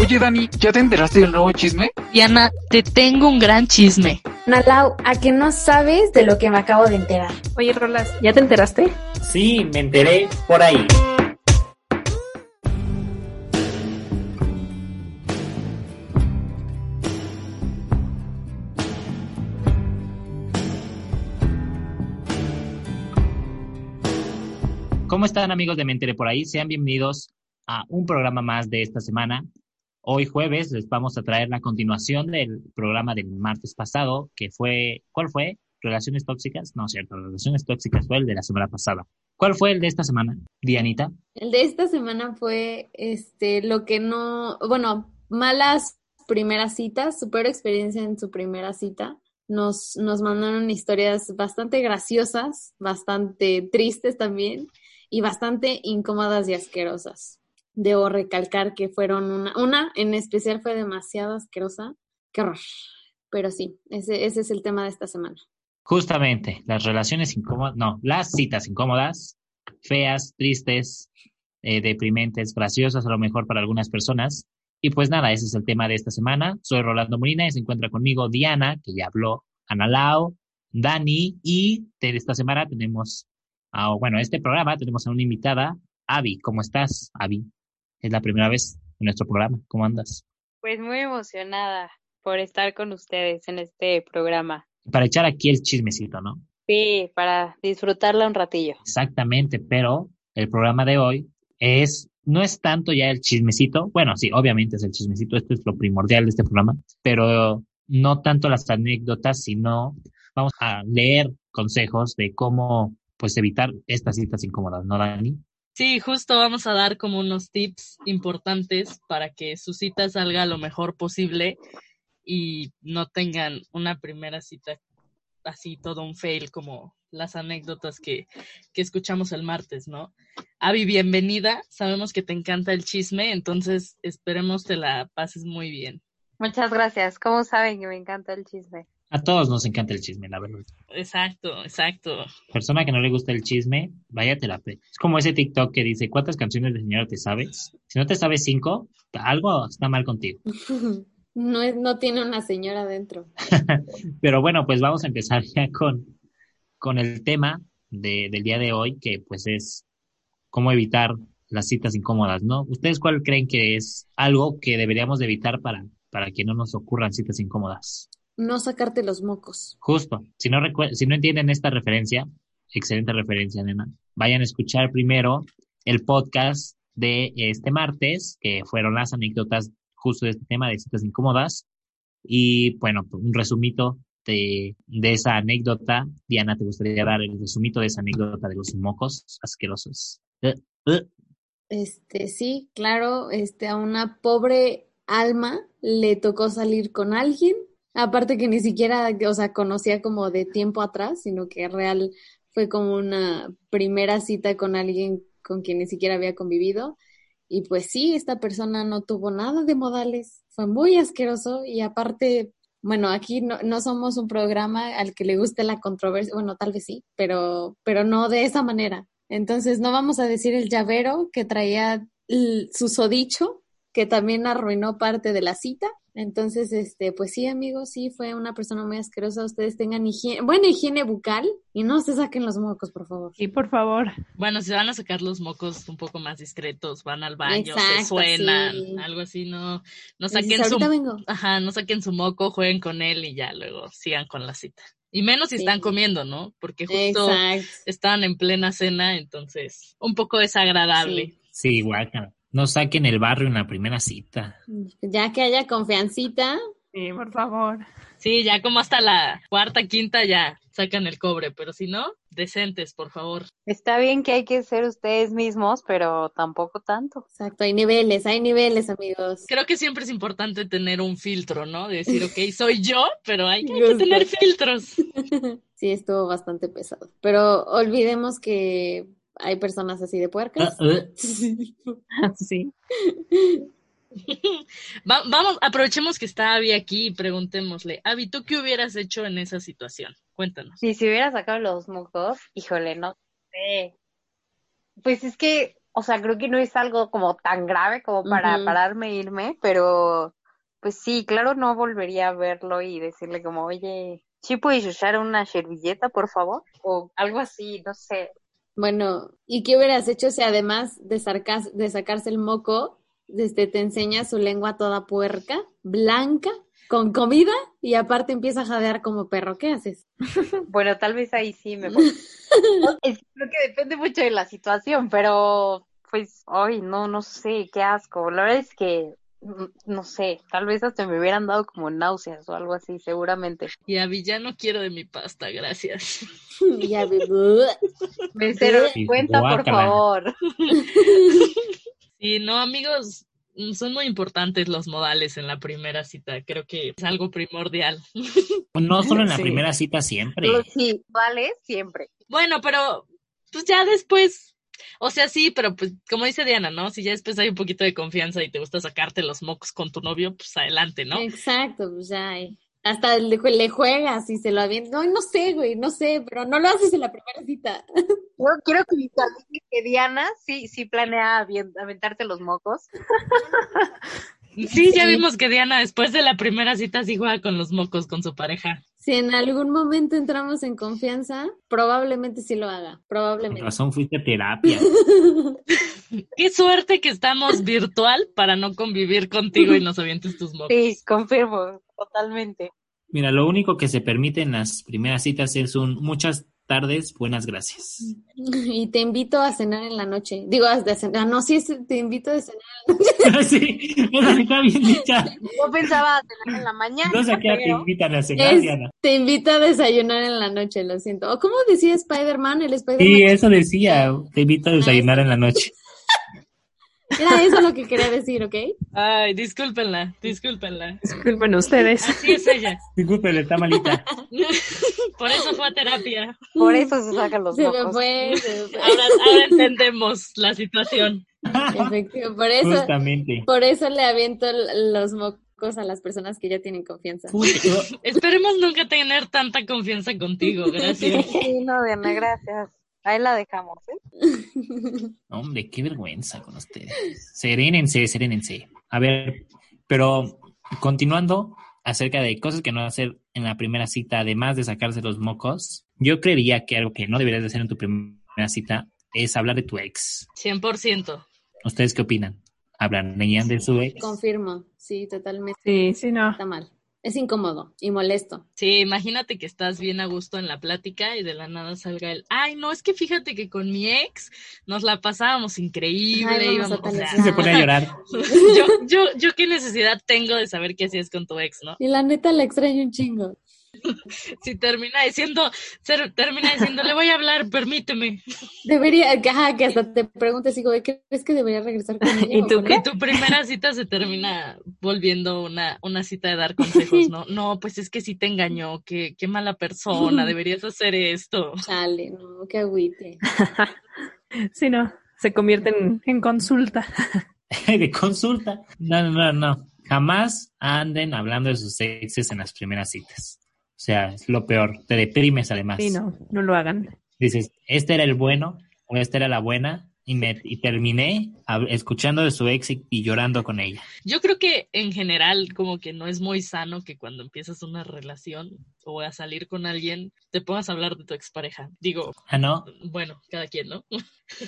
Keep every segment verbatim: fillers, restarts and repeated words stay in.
Oye, Dani, ¿ya te enteraste del nuevo chisme? Diana, te tengo un gran chisme. Nalau, ¿a que no sabes de lo que me acabo de enterar? Oye, Rolas, ¿ya te enteraste? Sí, me enteré por ahí. ¿Cómo están, amigos de Me Enteré por ahí? Sean bienvenidos a un programa más de esta semana. Hoy jueves les vamos a traer la continuación del programa del martes pasado, que fue, ¿cuál fue? ¿Relaciones tóxicas? No, cierto, Relaciones tóxicas fue el de la semana pasada. ¿Cuál fue el de esta semana, Dianita? El de esta semana fue, este, lo que no, bueno, malas primeras citas, su peor experiencia en su primera cita. Nos, nos mandaron historias bastante graciosas, bastante tristes también, y bastante incómodas y asquerosas. Debo recalcar que fueron una, una en especial fue demasiado asquerosa. Qué horror. Pero sí, ese, ese es el tema de esta semana. Justamente, las relaciones incómodas, no, las citas incómodas, feas, tristes, eh, deprimentes, graciosas a lo mejor para algunas personas. Y pues nada, ese es el tema de esta semana. Soy Rolando Molina y se encuentra conmigo Diana, que ya habló, Ana Lau, Dani, y de esta semana tenemos, a, bueno, este programa tenemos a una invitada, Abby. ¿Cómo estás, Abby? Es la primera vez en nuestro programa. ¿Cómo andas? Pues muy emocionada por estar con ustedes en este programa. Para echar aquí el chismecito, ¿no? Sí, para disfrutarla un ratillo. Exactamente, pero el programa de hoy es, no es tanto ya el chismecito, bueno, sí, obviamente es el chismecito, esto es lo primordial de este programa, pero no tanto las anécdotas, sino vamos a leer consejos de cómo, pues, evitar estas citas incómodas, ¿no, Dani? Sí, justo vamos a dar como unos tips importantes para que su cita salga lo mejor posible y no tengan una primera cita así todo un fail como las anécdotas que, que escuchamos el martes, ¿no? Abby, bienvenida. Sabemos que te encanta el chisme, entonces esperemos te la pases muy bien. Muchas gracias. ¿Cómo saben que me encanta el chisme? A todos nos encanta el chisme, la verdad. Exacto, exacto. Persona que no le gusta el chisme, vaya terapia. Es como ese TikTok que dice, ¿cuántas canciones de señora te sabes? Si no te sabes cinco, algo está mal contigo. No es, no tiene una señora dentro. Pero bueno, pues vamos a empezar ya con, con el tema de, del día de hoy, que pues es cómo evitar las citas incómodas, ¿no? ¿Ustedes cuál creen que es algo que deberíamos de evitar para, para que no nos ocurran citas incómodas? No sacarte los mocos. Justo. Si no recu- si no entienden esta referencia, excelente referencia, nena, vayan a escuchar primero el podcast de este martes, que fueron las anécdotas justo de este tema de citas incómodas. Y bueno, un resumito de, de esa anécdota. Diana, ¿te gustaría dar el resumito de esa anécdota de los mocos asquerosos? Uh, uh. Este, sí, claro, este, a una pobre alma le tocó salir con alguien, aparte que ni siquiera, o sea, conocía como de tiempo atrás, sino que real fue como una primera cita con alguien con quien ni siquiera había convivido. Y pues sí, esta persona no tuvo nada de modales, fue muy asqueroso y aparte, bueno, aquí no, no somos un programa al que le guste la controversia, bueno, tal vez sí, pero, pero no de esa manera. Entonces no vamos a decir el llavero que traía el susodicho, que también arruinó parte de la cita. Entonces, este, pues sí, amigos, sí, fue una persona muy asquerosa. Ustedes tengan higiene, buena higiene bucal y no se saquen los mocos, por favor. Sí, por favor. Bueno, si van a sacar los mocos un poco más discretos, van al baño, Exacto, se suenan, sí. algo así, no, no Dices, saquen su, ahorita vengo. ajá, no saquen su moco, jueguen con él y ya luego sigan con la cita. Y menos si Sí. están comiendo, ¿no? Porque justo Exacto. estaban en plena cena, entonces un poco desagradable. Sí. Sí, guácala. No saquen el barrio en la primera cita. Ya que haya confiancita. Sí, por favor. Sí, ya como hasta la cuarta, quinta ya sacan el cobre, pero si no, decentes, por favor. Está bien que hay que ser ustedes mismos, pero tampoco tanto. Exacto, hay niveles, hay niveles, amigos. Creo que siempre es importante tener un filtro, ¿no? De decir, ok, soy yo, pero hay, hay que Justo. tener filtros. Sí, estuvo bastante pesado. Pero olvidemos que hay personas así de puercas. Uh, uh. Sí. Va- vamos, aprovechemos que está Abby aquí y preguntémosle, Abby, ¿tú qué hubieras hecho en esa situación? Cuéntanos. Y si hubiera sacado los mocos, híjole, no sé. Pues es que o sea, creo que no es algo como tan grave como para Ujú. pararme e irme, pero pues sí, claro, no volvería a verlo y decirle como, oye, ¿sí puedes usar una servilleta, por favor? O algo así, no sé. Bueno, ¿y qué hubieras hecho si además de, sarcas- de sacarse el moco, este, te enseña su lengua toda puerca, blanca, con comida y aparte empieza a jadear como perro? ¿Qué haces? Bueno, tal vez ahí sí me... Es que creo que depende mucho de la situación, pero pues, ay, no, no sé, qué asco. La verdad es que, mm, no sé, tal vez hasta me hubieran dado como náuseas o algo así, seguramente. Y a villano quiero de mi pasta, gracias. Ya vi- Mesero, Sí, cuenta, por guácala. favor. Y no, amigos, mm, son muy importantes los modales en la primera cita. Creo que es algo primordial. No solo en la Sí. primera cita, Lo- siempre. Sí, vale, siempre. Bueno, pero pues ya después, o sea, sí, pero pues como dice Diana, ¿no? Si ya después hay un poquito de confianza y te gusta sacarte los mocos con tu novio, pues adelante, ¿no? Exacto, pues ya. eh. Hasta le, le juegas y se lo avientas. No, no sé, güey, no sé, pero no lo haces en la primera cita. Yo quiero que visualices que Diana sí, sí planea avien- aventarte los mocos. Sí, ya Sí. vimos que Diana después de la primera cita sí juega con los mocos con su pareja. Si en algún momento entramos en confianza, probablemente sí lo haga, Con probablemente. razón fuiste a terapia. Qué suerte que estamos virtual para no convivir contigo y nos avientes tus mocos. Sí, confirmo, totalmente. Mira, lo único que se permite en las primeras citas es un muchas tardes, buenas gracias. Y te invito a cenar en la noche. Digo, a de cenar. No, sí, es- te invito a cenar. Sí, esa sí está bien dicha. Yo pensaba tener en la mañana, No sé a qué te pero invitan a cenar, Es, Diana. te invito a desayunar en la noche, lo siento. ¿O cómo decía Spider-Man? El Spider-Man. Sí, eso decía. Te invito a desayunar en la noche. Era eso lo que quería decir, ¿ok? Ay, discúlpenla, discúlpenla. Disculpen ustedes. Así es ella. Disculpe, está malita. Por eso fue a terapia. por eso se sacan los Se me mocos. fue, se me fue. Ahora, ahora entendemos la situación. Efectivo, por eso, Justamente. por eso le aviento l- los mocos a las personas que ya tienen confianza. Justo. Esperemos nunca tener tanta confianza contigo, gracias. Sí, no, Diana, gracias. Ahí la dejamos, ¿eh? Hombre, qué vergüenza con ustedes. Serénense, serénense. A ver, pero continuando acerca de cosas que no hacer en la primera cita, además de sacarse los mocos, yo creería que algo que no deberías de hacer en tu primera cita es hablar de tu ex. cien por ciento. ¿Ustedes qué opinan? ¿Hablarían de su ex? Confirmo, sí, totalmente. Sí, sí, no. Está mal. Es incómodo y molesto. Sí, imagínate que estás bien a gusto en la plática y de la nada salga el, ay, no, es que fíjate que con mi ex nos la pasábamos increíble, Ay, vamos a íbamos, o sea, tal Se pone a llorar. yo, yo, yo qué necesidad tengo de saber qué hacías con tu ex, ¿no? Y la neta la extraño un chingo. Si termina diciendo, ser- termina diciendo, le voy a hablar, permíteme. Debería, que, ajá, que hasta te preguntes, digo, ¿crees que debería regresar con ella? ¿Y o tú con qué? él? Y tu primera cita se termina volviendo una, una cita de dar consejos, ¿no? No, pues es que sí te engañó, qué, qué mala persona, deberías hacer esto. Chale, no, qué agüite. Sí, no. Se convierte en, en consulta. De consulta. No, no, no, no. Jamás anden hablando de sus exes en las primeras citas. O sea, es lo peor. Te deprimes además. Sí, no. No lo hagan. Dices, este era el bueno o esta era la buena y, me, y terminé hab- escuchando de su ex y, y llorando con ella. Yo creo que en general como que no es muy sano que cuando empiezas una relación o a salir con alguien te pongas a hablar de tu expareja. Digo, Ah, ¿no? bueno, cada quien, ¿no? No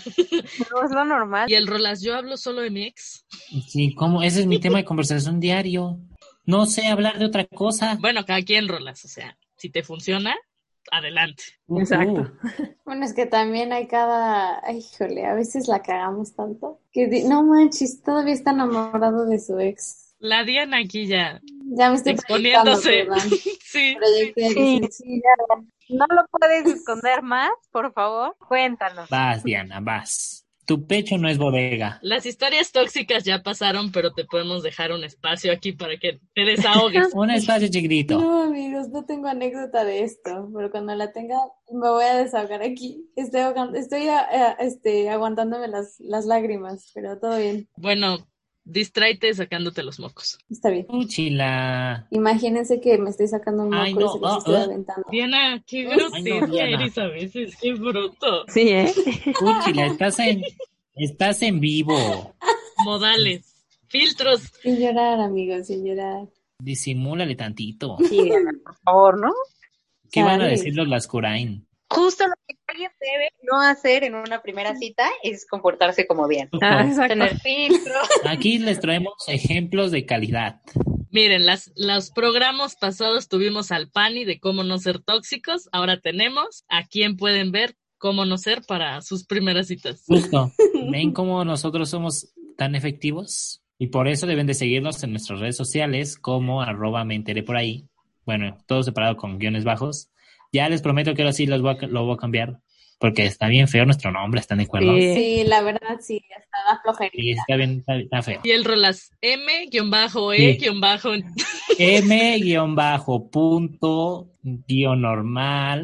es lo normal. Y el Rolas, yo hablo solo de mi ex. Sí, ¿cómo? Ese es mi tema de conversación diario. No sé hablar de otra cosa. Bueno, cada quien, Rolas, o sea, si te funciona, adelante. Uh, Exacto. uh. Bueno, es que también hay cada, ay, híjole, a veces la cagamos tanto que di- no manches, todavía está enamorado de su ex. La Diana aquí ya Ya me estoy exponiéndose. proyectando, perdón. Sí. Proyecté, Sí, dije, sí, ya. No lo puedes esconder más, por favor. Cuéntanos. Vas, Diana, vas. Tu pecho no es bodega. Las historias tóxicas ya pasaron, pero te podemos dejar un espacio aquí para que te desahogues. Un espacio chiquitito. no, amigos, no tengo anécdota de esto, pero cuando la tenga me voy a desahogar aquí. Estoy, ahogando- estoy a- a- este, aguantándome las, las lágrimas, pero todo bien, Bueno, distráete sacándote los mocos. está bien. Uchila. Imagínense que me estoy sacando un moco Ay, y no, se los ah, estoy ah. aventando. Diana, qué Ay, no, grosera Diana. eres a veces, qué bruto. Sí, ¿eh? Uchila, estás en, Estás en vivo. Modales, filtros. Sin llorar, amigos, sin llorar. Disimúlale tantito. Sí, Diana, por favor, ¿no? ¿Qué van a Chale. decir los Lascurain? Justo lo que alguien debe no hacer en una primera cita es comportarse como bien. Ah, exacto. Tener filtro. Aquí les traemos ejemplos de calidad. Miren, las, los programas pasados tuvimos al Pani de cómo no ser tóxicos. Ahora tenemos a quién pueden ver cómo no ser para sus primeras citas. Justo. ¿Ven cómo nosotros somos tan efectivos? Y por eso deben de seguirnos en nuestras redes sociales como arroba me enteré por ahí. Bueno, todo separado con guiones bajos. Ya les prometo que ahora sí los voy a, lo voy a cambiar porque está bien feo nuestro nombre, ¿están de acuerdo? Sí. Sí, la verdad sí, hasta da Sí, flojerita. está bien, está, está feo. Y el rolas M, guión bajo, E, Sí. guión bajo. M guión bajo punto guión normal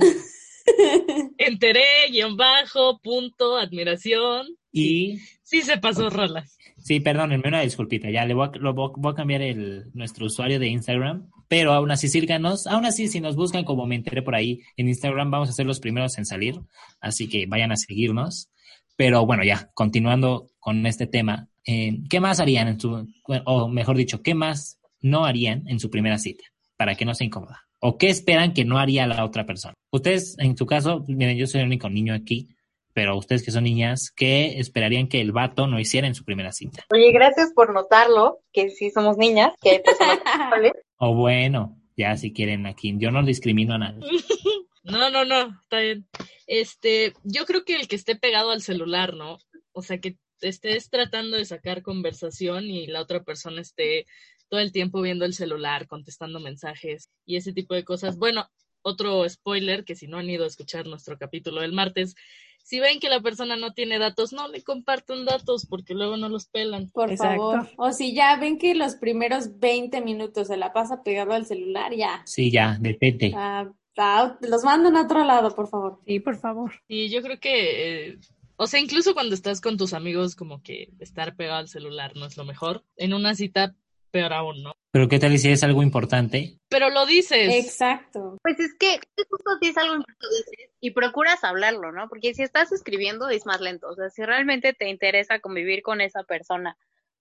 Enteré, guión bajo, punto, admiración. y Sí se pasó rolas. sí, perdónenme, una disculpita, ya le voy a, lo voy, voy a cambiar el, nuestro usuario de Instagram, pero aún así síganos, aún así si nos buscan como me enteré por ahí en Instagram vamos a ser los primeros en salir, así que vayan a seguirnos, pero bueno ya, continuando con este tema, eh, ¿qué más harían en su, o mejor dicho, qué más no harían en su primera cita para que no se incómoda? ¿O qué esperan que no haría la otra persona? Ustedes, en su caso, miren, yo soy el único niño aquí, pero ustedes que son niñas, ¿qué esperarían que el vato no hiciera en su primera cita? Oye, gracias por notarlo, que sí somos niñas, que hay personas culpables. O bueno, ya si quieren aquí, yo no discrimino a nadie. No, no, no, está bien. Este, yo creo que el que esté pegado al celular, ¿no? O sea, que estés tratando de sacar conversación y la otra persona esté todo el tiempo viendo el celular, contestando mensajes y ese tipo de cosas. Bueno, otro spoiler, que si no han ido a escuchar nuestro capítulo del martes, si ven que la persona no tiene datos, no le compartan datos porque luego no los pelan. Por Exacto. favor. O si ya ven que los primeros veinte minutos se la pasa pegado al celular, ya. Sí, ya, detente. Ah, ah, los mandan a otro lado, por favor. Sí, por favor. Y yo creo que, eh, o sea, incluso cuando estás con tus amigos, como que estar pegado al celular no es lo mejor. En una cita, peor aún, ¿no? Pero ¿qué tal si es algo importante? Pero lo dices. Exacto. Pues es que justo si es algo importante y procuras hablarlo, ¿no? Porque si estás escribiendo es más lento. O sea, si realmente te interesa convivir con esa persona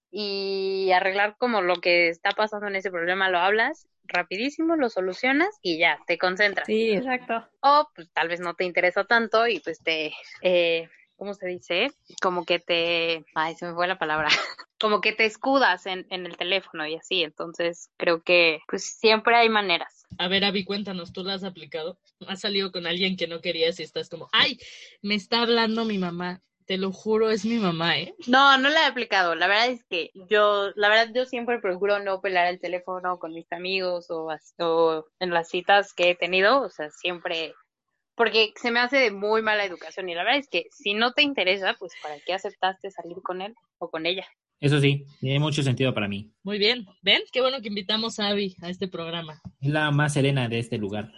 y arreglar como lo que está pasando en ese problema, lo hablas rapidísimo, lo solucionas y ya, te concentras. Sí, exacto. O pues tal vez no te interesa tanto y pues te, eh, ¿cómo se dice? Como que te, ay, se me fue la palabra, como que te escudas en, en el teléfono y así, entonces creo que pues siempre hay maneras. A ver, Abby, cuéntanos, ¿tú la has aplicado? ¿Has salido con alguien que no querías y estás como, ay, me está hablando mi mamá? Te lo juro, es mi mamá, ¿eh? No, no la he aplicado, la verdad es que yo, la verdad yo siempre procuro no pelar el teléfono con mis amigos o, as- o en las citas que he tenido, o sea, siempre, porque se me hace de muy mala educación y la verdad es que si no te interesa, pues ¿para qué aceptaste salir con él o con ella? Eso sí, tiene mucho sentido para mí. Muy bien, ¿ven? Qué bueno que invitamos a Abby a este programa. Es la más serena de este lugar.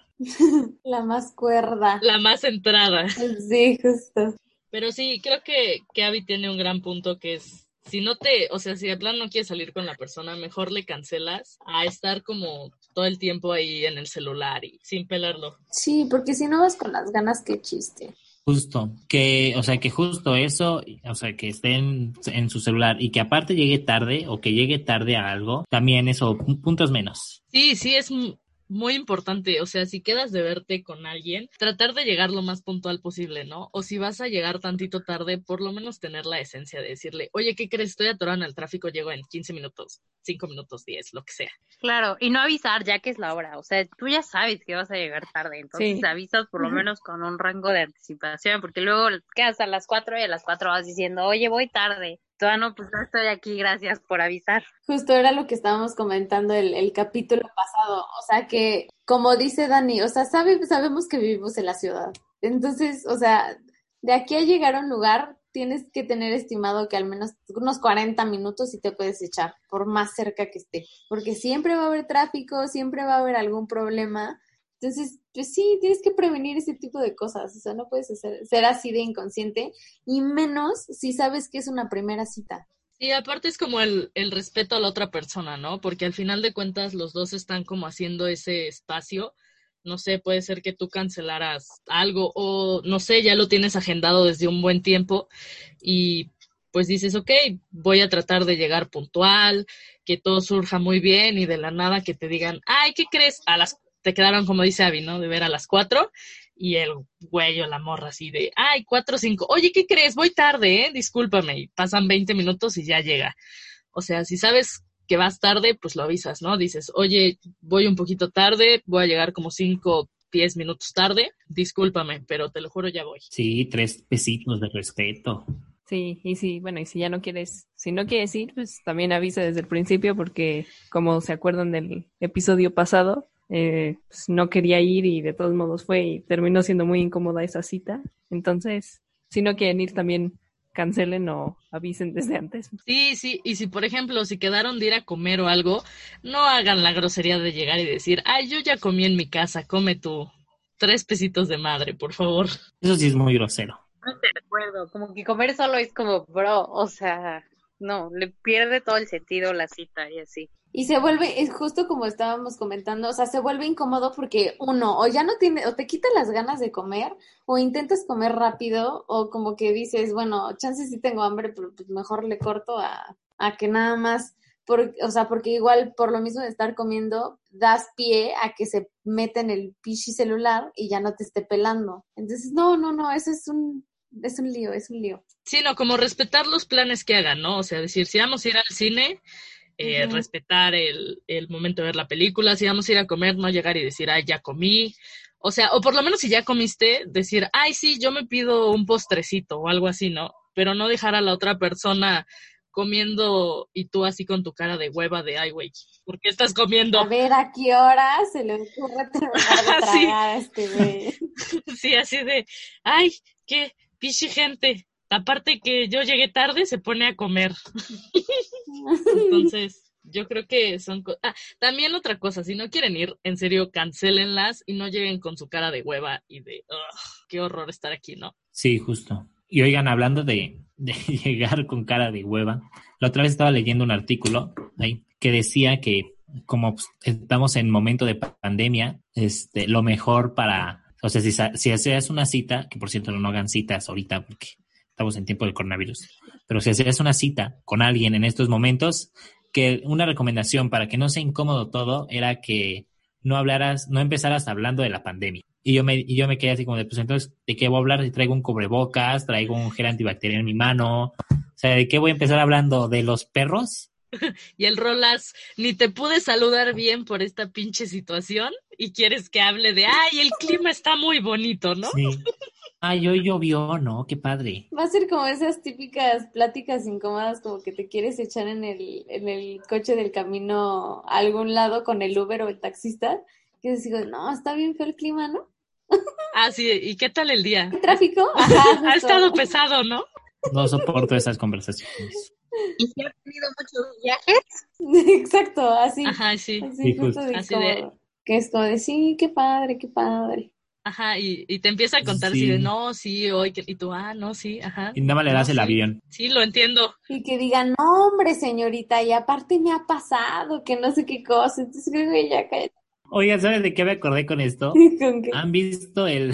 La más cuerda. La más centrada. Sí, justo. Pero sí, creo que, que Abby tiene un gran punto que es, si no te, o sea, si de plan no quieres salir con la persona, mejor le cancelas a estar como todo el tiempo ahí en el celular y sin pelarlo. Sí, porque si no vas con las ganas, qué chiste. Justo, que, o sea, que justo eso, o sea, que esté en, en su celular y que aparte llegue tarde o que llegue tarde a algo, también eso, puntos menos. Sí, sí, es m- muy importante. O sea, si quedas de verte con alguien, tratar de llegar lo más puntual posible, ¿no? O si vas a llegar tantito tarde, por lo menos tener la esencia de decirle, oye, ¿qué crees? Estoy atorado en el tráfico, llego en quince minutos, cinco minutos, diez, lo que sea. Claro, y no avisar ya que es la hora, o sea, tú ya sabes que vas a llegar tarde, entonces Sí. avisas por lo menos con un rango de anticipación, porque luego quedas a las cuatro y a las cuatro vas diciendo, oye, voy tarde. Todavía no, pues no estoy aquí, gracias por avisar. Justo era lo que estábamos comentando el, el capítulo pasado. O sea que, como dice Dani, o sea, sabe, sabemos que vivimos en la ciudad. Entonces, o sea, de aquí a llegar a un lugar, tienes que tener estimado que al menos unos cuarenta minutos y te puedes echar, por más cerca que esté. Porque siempre va a haber tráfico, siempre va a haber algún problema. Entonces, pues sí, tienes que prevenir ese tipo de cosas. O sea, no puedes hacer, ser así de inconsciente, y menos si sabes que es una primera cita. Y aparte es como el, el respeto a la otra persona, ¿no? Porque al final de cuentas los dos están como haciendo ese espacio. No sé, puede ser que tú cancelaras algo o no sé, ya lo tienes agendado desde un buen tiempo y pues dices, ok, voy a tratar de llegar puntual, que todo surja muy bien y de la nada que te digan, ay, ¿qué crees? A las, te quedaron, como dice Abby, ¿no? De ver a las cuatro y el güey o la morra así de, ay, cuatro o cinco, oye, ¿qué crees? Voy tarde, ¿eh? Discúlpame. Y pasan veinte minutos y ya llega. O sea, si sabes que vas tarde, pues lo avisas, ¿no? Dices, oye, voy un poquito tarde, voy a llegar como cinco, diez minutos tarde, discúlpame, pero te lo juro, ya voy. Sí, tres pesitos de respeto. Sí, y si, bueno, y si ya no quieres, si no quieres ir, pues también avisa desde el principio, porque como se acuerdan del episodio pasado, eh, pues no quería ir y de todos modos fue y terminó siendo muy incómoda esa cita. Entonces, si no quieren ir, también cancelen o avisen desde antes. Sí, sí, y si por ejemplo, si quedaron de ir a comer o algo, no hagan la grosería de llegar y decir, ay, yo ya comí en mi casa, come tú. Tres pesitos de madre, por favor. Eso sí es muy grosero. No te recuerdo, como que comer solo es como, bro, o sea, no, le pierde todo el sentido la cita y así. Y se vuelve, es justo como estábamos comentando, o sea, se vuelve incómodo porque uno, o ya no tiene, o te quita las ganas de comer, o intentas comer rápido, o como que dices, bueno, chance sí tengo hambre, pero pues mejor le corto a, a que nada más, por, o sea, porque igual por lo mismo de estar comiendo, das pie a que se meta en el pichi celular y ya no te esté pelando. Entonces, no, no, no, eso es un, es un lío, es un lío. Sí, no, como respetar los planes que hagan, ¿no? O sea, decir, si vamos a ir al cine, eh, Ujú. respetar el, el momento de ver la película, si vamos a ir a comer, no llegar y decir, ay, ya comí. O sea, o por lo menos si ya comiste, decir, ay, sí, yo me pido un postrecito o algo así, ¿no? Pero no dejar a la otra persona comiendo y tú así con tu cara de hueva de, ay, güey, ¿por qué estás comiendo? A ver a qué hora se le ocurre terminar de Sí. tragar a este güey. Sí, así de, ay, qué pichi gente. Aparte que yo llegué tarde, se pone a comer. Entonces, yo creo que son... co- Ah, también otra cosa, si no quieren ir, en serio, cancélenlas y no lleguen con su cara de hueva y de, ugh, qué horror estar aquí, ¿no? Sí, justo. Y oigan, hablando de, de llegar con cara de hueva, la otra vez estaba leyendo un artículo ahí que decía que como pues, estamos en momento de pandemia, este, lo mejor para, o sea, si, sa- si hacías una cita, que por cierto no hagan citas ahorita porque estamos en tiempo del coronavirus, pero si hacías una cita con alguien en estos momentos, que una recomendación para que no sea incómodo todo era que no hablaras, no empezaras hablando de la pandemia. Y yo me, y yo me quedé así como de, pues entonces, ¿de qué voy a hablar? Si traigo un cubrebocas, traigo un gel antibacterial en mi mano. O sea, ¿de qué voy a empezar hablando? ¿De los perros? Y el Rolas, ni te pude saludar bien por esta pinche situación y quieres que hable de, ay, el clima está muy bonito, ¿no? Sí. Ay, hoy llovió, ¿no? Qué padre. Va a ser como esas típicas pláticas incómodas, como que te quieres echar en el, en el coche del camino a algún lado con el Uber o el taxista, que digo, no, está bien feo el clima, ¿no? Ah, sí, ¿y qué tal el día? ¿El tráfico? Ajá, Ha justo. estado pesado, ¿no? No soporto esas conversaciones. ¿Y si has tenido muchos viajes? Exacto, así. Ajá, sí. Así, Sí, justo justo. de Así como, de- que es como de, sí, qué padre, qué padre. Ajá, y, y te empieza a contar Sí. así de, no, sí, hoy, que- y tú, ah, no, sí, ajá. Y nada más le das no, el sí. avión. Sí, lo entiendo. Y que digan, no, hombre, señorita, y aparte me ha pasado, que no sé qué cosa. Entonces, güey, ya cállate. Oigan, ¿sabes de qué me acordé con esto? ¿Con qué? ¿Han visto el,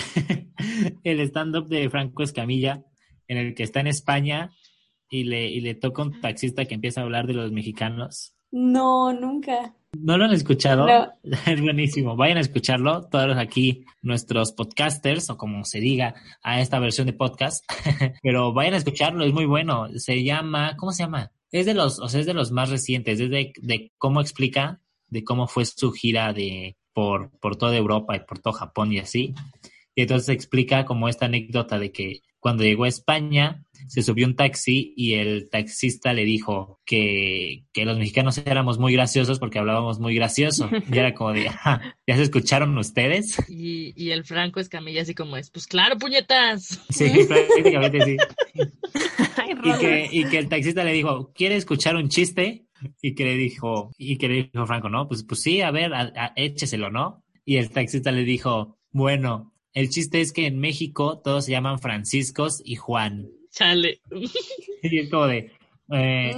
el stand-up de Franco Escamilla en el que está en España y le, y le toca un taxista que empieza a hablar de los mexicanos? No, nunca. ¿No lo han escuchado? No. Es buenísimo. Vayan a escucharlo. Todos aquí, nuestros podcasters, o como se diga a esta versión de podcast. Pero vayan a escucharlo, es muy bueno. Se llama, ¿cómo se llama? Es de los, o sea, es de los más recientes, es de, de cómo explica de cómo fue su gira de por, por toda Europa y por todo Japón y así. Y entonces explica como esta anécdota de que cuando llegó a España se subió un taxi y el taxista le dijo que, que los mexicanos éramos muy graciosos porque hablábamos muy gracioso. Y era como de, "Ah, ¿ya se escucharon ustedes?" Y, y el Franco Escamilla así como es, pues claro, puñetas. Sí, prácticamente sí. Ay, Y Rolas. que, y que el taxista le dijo, ¿quiere escuchar un chiste? Y que le dijo, y que le dijo Franco, no, pues, pues sí, a ver, a, a, écheselo, ¿no? Y el taxista le dijo, bueno, el chiste es que en México todos se llaman Franciscos y Juan. Chale. Y es como de, eh,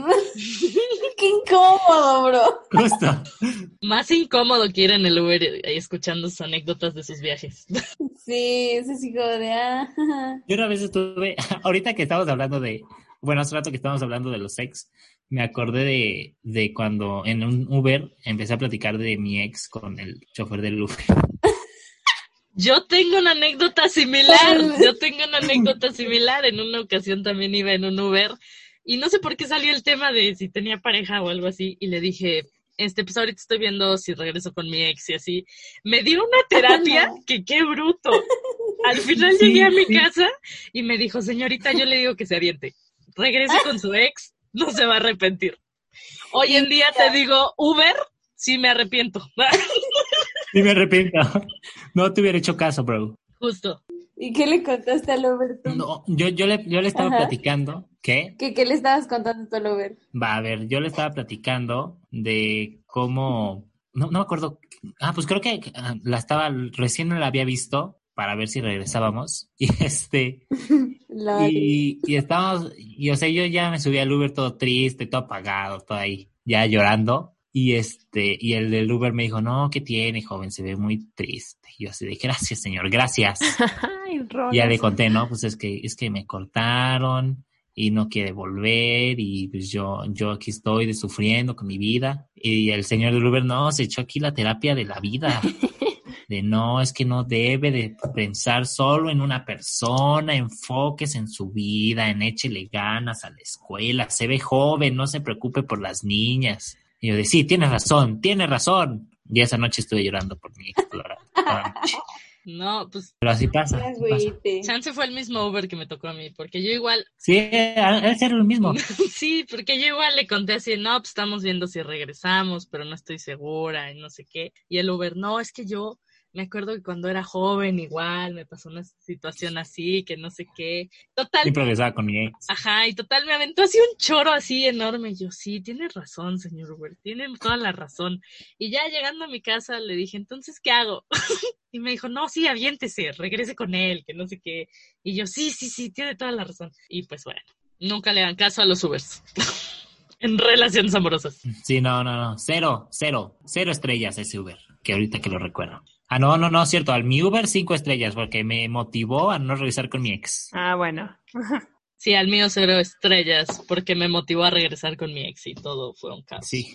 Qué incómodo, bro. justo. Más incómodo que ir en el Uber eh, escuchando sus anécdotas de sus viajes. Sí, es así como de, ah, Yo una vez estuve, ahorita que estamos hablando de, Bueno, hace rato que estábamos hablando de los ex, me acordé de, de cuando en un Uber empecé a platicar de mi ex con el chofer del Uber. Yo tengo una anécdota similar, yo tengo una anécdota similar. En una ocasión también iba en un Uber y no sé por qué salió el tema de si tenía pareja o algo así y le dije, este, pues ahorita estoy viendo si regreso con mi ex y así. Me dio una terapia que qué bruto. Al final Sí, llegué a mi sí. casa y me dijo, señorita, yo le digo que se aviente. Regrese con su ex, no se va a arrepentir. Hoy en día te digo, Uber, sí me arrepiento. Sí, me arrepiento. No te hubiera hecho caso, bro. Justo. ¿Y qué le contaste al Uber tú? No, yo, yo, le, yo le estaba Ajá. platicando que, ¿Qué, qué le estabas contando tú al Uber? va a ver, yo le estaba platicando de cómo, no, no me acuerdo, ah, pues creo que ah, la estaba, recién la había visto para ver si regresábamos, y este, Lol. y, y estábamos, y o sea, yo ya me subí al Uber todo triste, todo apagado, todo ahí, ya llorando, y este, y el del Uber me dijo, no, ¿qué tiene, joven? Se ve muy triste. Y yo así de, gracias, señor, gracias. Ay, Y ya le rolas. conté, ¿no? Pues es que, es que me cortaron y no quiere volver y pues yo, yo aquí estoy de sufriendo con mi vida. Y el señor del Uber, no, se echó aquí la terapia de la vida. De no, es que no debe de pensar solo en una persona, enfoques en su vida, en échele ganas a la escuela, se ve joven, no se preocupe por las niñas. Y yo de, sí, tienes razón, tienes razón. Y esa noche estuve llorando por mi ex toda la noche. No, pues Pero así pasa, Qué así pasa. agüite. chance fue el mismo Uber que me tocó a mí, porque yo igual, Sí, es ser lo mismo. sí, porque yo igual le conté así, no, pues estamos viendo si regresamos, pero no estoy segura y no sé qué. Y el Uber, no, es que yo me acuerdo que cuando era joven igual me pasó una situación así, que no sé qué. Total, Siempre regresaba con mi ex. ajá, y total me aventó así un choro así enorme. Y yo, sí, tiene razón, señor Uber, tiene toda la razón. Y ya llegando a mi casa le dije, entonces, ¿qué hago? Y me dijo, no, sí, aviéntese, regrese con él, que no sé qué. Y yo, sí, sí, sí, tiene toda la razón. Y pues bueno, nunca le dan caso a los Ubers en relaciones amorosas. Sí, no, no, no. Cero, cero, cero estrellas ese Uber, que ahorita que lo recuerdo. Ah, no, no, no, cierto. Al mi Uber cinco estrellas, porque me motivó a no regresar con mi ex. Ah, bueno. Sí, al mío cero estrellas, porque me motivó a regresar con mi ex y todo fue un caos. Sí.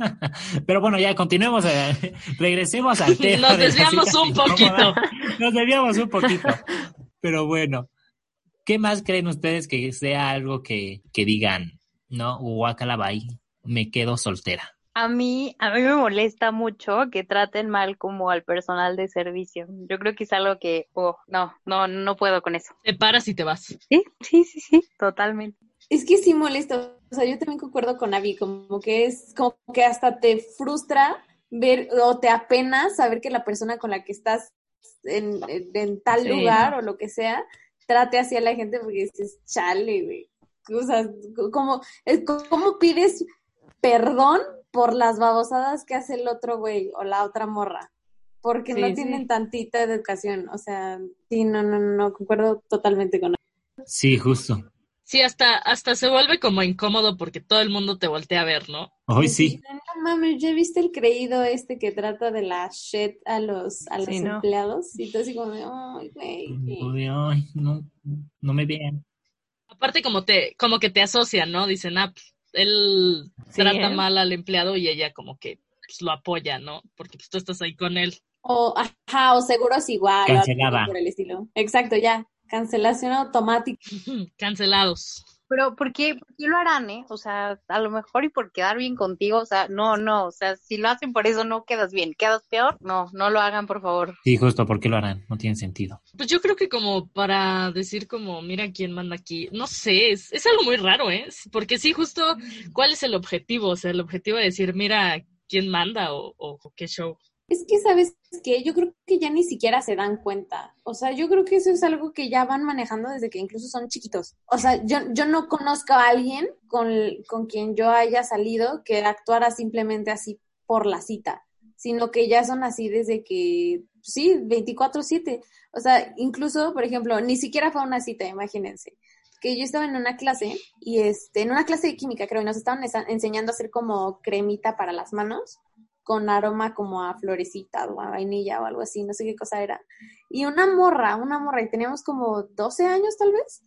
Pero bueno, ya continuemos, a- regresemos al tema. Nos de las desviamos citas un poquito. incómodas. Nos desviamos un poquito. Pero bueno, ¿qué más creen ustedes que sea algo que, que digan, no, guácala, bye, me quedo soltera? A mí, a mí me molesta mucho que traten mal como al personal de servicio. Yo creo que es algo que, oh, no, no, no puedo con eso. Te paras y te vas. Sí, sí, sí, sí, totalmente. Es que sí molesta, o sea, yo también concuerdo con Abby, como que es, como que hasta te frustra ver o te apena saber que la persona con la que estás en, en, en tal Sí. lugar o lo que sea, trate así a la gente porque dices, chale, güey. O sea, como, es, ¿cómo pides perdón por las babosadas que hace el otro güey o la otra morra? Porque Sí, no sí. tienen tantita educación, o sea, sí, no, no, no, concuerdo totalmente con Sí, justo. Sí, hasta, hasta se vuelve como incómodo porque todo el mundo te voltea a ver, ¿no? Hoy sí. No mames, ¿ya viste el creído este que trata de la shit a los, a los Sí, ¿no? empleados? Y tú así como de, ay, güey. Uy, ay, no, no me vean. Aparte como te, como que te asocian, ¿no? Dicen, ah, pues, él Sí, trata ¿eh? mal al empleado y ella como que pues, lo apoya, ¿no? Porque pues tú estás ahí con él. O, ajá, o seguros igual, o Cancelada. algo por el estilo. Exacto, ya. Cancelación automática. Cancelados. Pero ¿por qué, por qué lo harán, eh? O sea, a lo mejor y por quedar bien contigo, o sea, no, no, o sea, si lo hacen por eso no quedas bien, quedas peor, no, no lo hagan, por favor. Sí, justo, ¿por qué lo harán? No tiene sentido. Pues yo creo que como para decir como, mira quién manda aquí, no sé, es, es algo muy raro, ¿eh? Porque sí, justo, ¿cuál es el objetivo? O sea, el objetivo de decir, mira quién manda o, o, o qué show. Es que, ¿sabes qué? Yo creo que ya ni siquiera se dan cuenta. O sea, yo creo que eso es algo que ya van manejando desde que incluso son chiquitos. O sea, yo, yo no conozco a alguien con, con quien yo haya salido que actuara simplemente así por la cita, sino que ya son así desde que, sí, veinticuatro siete. O sea, incluso, por ejemplo, ni siquiera fue una cita, imagínense. Que yo estaba en una clase, y este, en una clase de química, creo, y nos estaban esa- enseñando a hacer como cremita para las manos, con aroma como a florecita o a vainilla o algo así, no sé qué cosa era. Y una morra, una morra, y teníamos como doce años tal vez,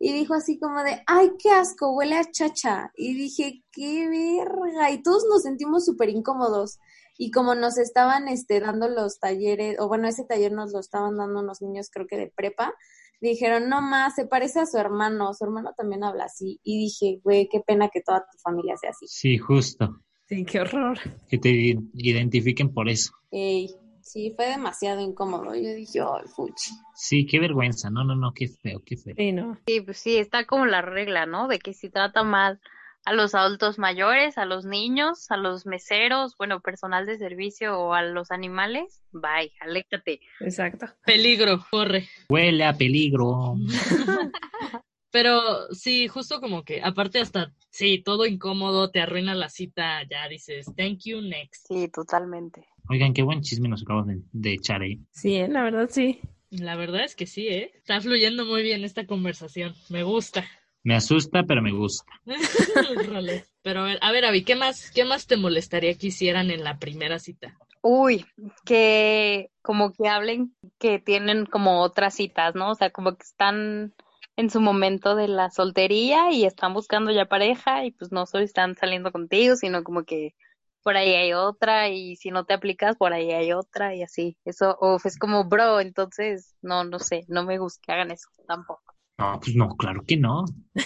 y dijo así como de, ay, qué asco, huele a chacha. Y dije, qué verga. Y todos nos sentimos súper incómodos. Y como nos estaban este, dando los talleres, o bueno, ese taller nos lo estaban dando unos niños, creo que de prepa, dijeron, no más, se parece a su hermano, su hermano también habla así. Y dije, güey, qué pena que toda tu familia sea así. Sí, justo. Sí, qué horror. Que te identifiquen por eso. Ey, sí, fue demasiado incómodo. Yo dije, ay, fuchi. Sí, qué vergüenza. No, no, no, qué feo, qué feo. Sí, no. Sí, pues sí, está como la regla, ¿no? De que si trata mal a los adultos mayores, a los niños, a los meseros, bueno, personal de servicio o a los animales, bye, aléjate. Exacto. Peligro, corre. Huele a peligro. Pero sí, justo como que, aparte hasta, sí, todo incómodo, te arruina la cita, ya dices, thank you, next. Sí, totalmente. Oigan, qué buen chisme nos acabamos de, de echar ahí. Sí, ¿eh? La verdad sí. La verdad es que sí, ¿eh? Está fluyendo muy bien esta conversación, me gusta. Me asusta, pero me gusta. Roles. Pero a ver, a ver, Abby, ¿qué más, qué más te molestaría que hicieran en la primera cita? Uy, que como que hablen que tienen como otras citas, ¿no? O sea, como que están en su momento de la soltería y están buscando ya pareja y pues no solo están saliendo contigo, sino como que por ahí hay otra y si no te aplicas, por ahí hay otra y así. Eso, o es como, bro, entonces, no, no sé, no me gusta que hagan eso tampoco. No, pues no, claro que no.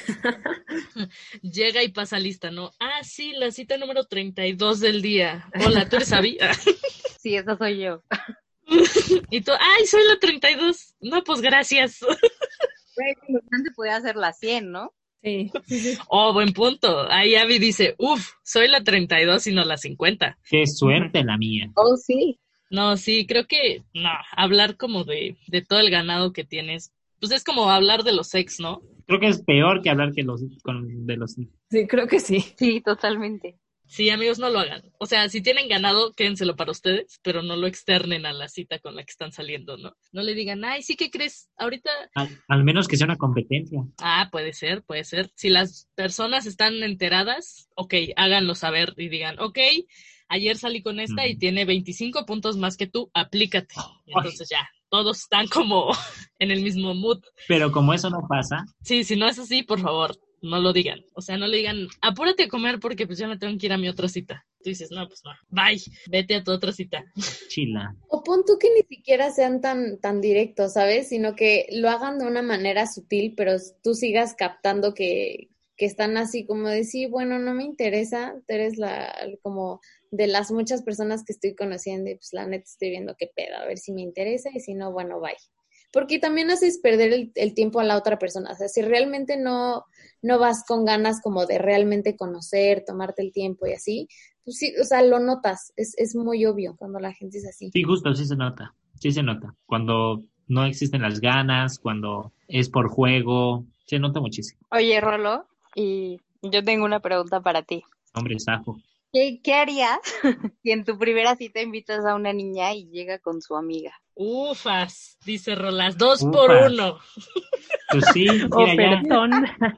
Llega y pasa lista, ¿no? Ah, sí, la cita número treinta y dos del día. Hola, ¿tú eres Abby? Sí, esa soy yo. Y tú, ay, soy la treinta y dos. No, pues gracias. Bueno, antes podía hacer la cien, ¿no? Sí, sí, sí. Oh, buen punto. Ahí Abby dice, uff, soy la treinta y dos y no la cincuenta. Qué suerte la mía. Oh, sí. No, sí, creo que, no, hablar como de, de todo el ganado que tienes, pues es como hablar de los ex, ¿no? Creo que es peor que hablar que los con, de los... Sí, creo que sí. Sí, totalmente. Sí, amigos, no lo hagan. O sea, si tienen ganado, quédenselo para ustedes, pero no lo externen a la cita con la que están saliendo, ¿no? No le digan, ay, sí, ¿qué crees? Ahorita... Al, al menos que sea una competencia. Ah, puede ser, puede ser. Si las personas están enteradas, ok, háganlo saber y digan, ok, ayer salí con esta Mm. y tiene veinticinco puntos más que tú, aplícate. Entonces ya, todos están como en el mismo mood. Pero como eso no pasa, Sí, si no es así, por favor, no lo digan. O sea, no le digan, apúrate a comer porque pues ya me tengo que ir a mi otra cita. Tú dices, no, pues no, bye, vete a tu otra cita. chila. O pon tú que ni siquiera sean tan, tan directos, ¿sabes? Sino que lo hagan de una manera sutil, pero tú sigas captando que, que están así como de, sí, bueno, no me interesa, tú eres la, como de las muchas personas que estoy conociendo y pues la neta estoy viendo qué pedo, a ver si me interesa y si no, bueno, bye. Porque también haces perder el, el tiempo a la otra persona. O sea, si realmente no, no vas con ganas como de realmente conocer, tomarte el tiempo y así, pues sí, o sea, lo notas. Es, es muy obvio cuando la gente es así. Sí, justo, sí se nota. Sí se nota. Cuando no existen las ganas, cuando es por juego, se nota muchísimo. Oye, Rolo, y yo tengo una pregunta para ti. Hombre, sajo. ¿Qué, qué harías si en tu primera cita invitas a una niña y llega con su amiga? Ufas, dice Rolas, dos Ufas. por uno. Pues sí, mira ya. Ofertón.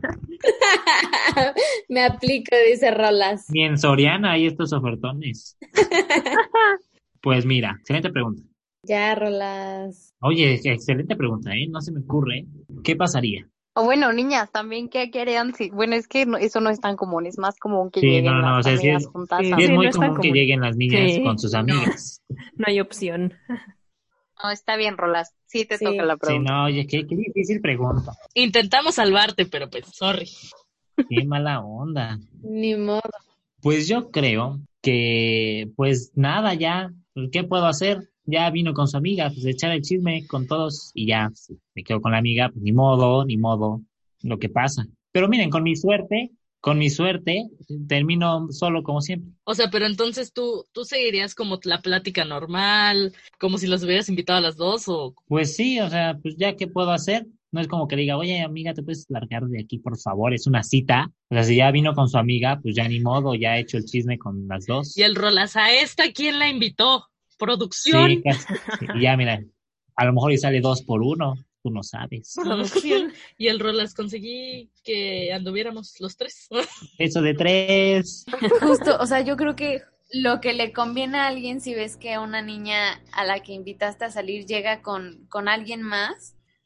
Me aplico, dice Rolas. Ni en Soriana hay estos ofertones. Pues mira, excelente pregunta. Ya, Rolas. Oye, excelente pregunta, ¿eh? No se me ocurre. ¿Qué pasaría? O bueno, niñas, también, ¿qué, qué harían si...? Bueno, es que no- eso no es tan común, es más común que Sí, lleguen no, no, las o sea, sí amigas es- juntas. sí, a- Sí, es no muy es tan común que común. lleguen las niñas Sí. con sus amigas. No hay opción. No, está bien, Rolas, sí te Sí. toca la Sí, pregunta. no, oye, qué, qué difícil pregunta. Intentamos salvarte, pero pues, sorry. Qué mala onda. Ni modo. Pues yo creo que, pues nada, ya, pues, ¿qué puedo hacer? Ya vino con su amiga, pues echar el chisme con todos y ya, pues, me quedo con la amiga, pues ni modo, ni modo, lo que pasa. Pero miren, con mi suerte, con mi suerte, termino solo como siempre. O sea, pero entonces tú, tú seguirías como la plática normal, como si los hubieras invitado a las dos, o Pues sí, o sea, pues ya, ¿qué puedo hacer? No es como que diga, oye, amiga, ¿te puedes largar de aquí, por favor? Es una cita. O sea, si ya vino con su amiga, pues ya ni modo, ya he hecho el chisme con las dos. y el Rolas, ¿a esta quién la invitó? ¿Producción? Sí, casi. Sí, y ya, mira, a lo mejor y sale dos por uno, tú no sabes. Producción. Y el Rolas, conseguí que anduviéramos los tres. Eso de tres. Justo, o sea, yo creo que lo que le conviene a alguien si ves que una niña a la que invitaste a salir llega con, con alguien más,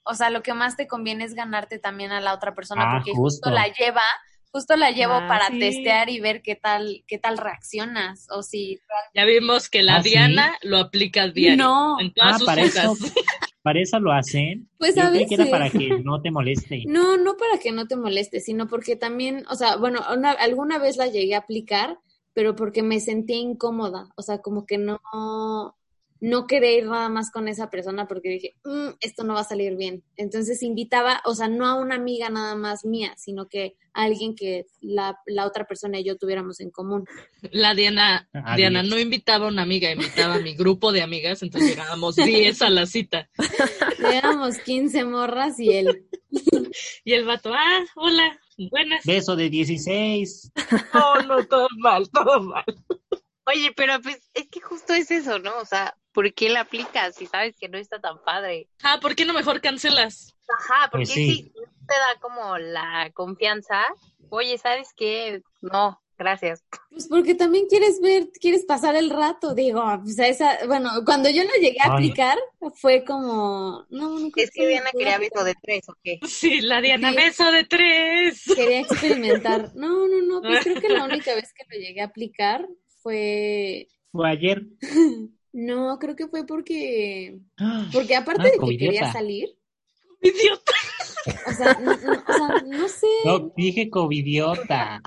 o sea, lo que más te conviene es ganarte también a la otra persona, Ah, porque justo. justo la lleva, justo la llevo Ah, para sí. testear y ver qué tal, qué tal reaccionas, o si Ya vimos que la ¿Ah, sí? Diana lo aplica diario. No. En todas Ah, sus para citas. eso, para eso lo hacen. Pues Yo a creí que era veces. para que no te moleste. No, no para que no te moleste, sino porque también, o sea, bueno, una- alguna vez la llegué a aplicar, pero porque me sentía incómoda, o sea, como que no, no quería ir nada más con esa persona porque dije, "Mm, esto no va a salir bien". Entonces invitaba, o sea, no a una amiga nada más mía, sino que a alguien que la, la otra persona y yo tuviéramos en común. La Diana, Ah, Diana diez. no invitaba a una amiga, invitaba a mi grupo de amigas, entonces llegábamos diez a la cita. Éramos quince morras y él. Y el vato, ah, hola, buenas. Beso de dieciséis. No, no, todo mal, todo mal. Oye, pero pues es que justo es eso, ¿no? O sea, ¿por qué la aplicas si sabes que no está tan padre? Ah, ¿por qué no mejor cancelas? Ajá, porque Pues sí. si no te da como la confianza, oye, ¿sabes qué? No, gracias. Pues porque también quieres ver, quieres pasar el rato, digo, pues a esa, bueno, cuando yo lo llegué a Ay. aplicar fue como, no, nunca Es que Diana quería beso de tres, ¿o qué? Sí, la Diana, Sí. beso de tres. Quería experimentar. No, no, no, pues creo que la única vez que lo llegué a aplicar fue, Fue ayer. no, creo que fue porque, porque aparte Ah, de que covidiota. quería salir, Idiota. o sea, no, no, o sea, no sé, No, dije covidiota.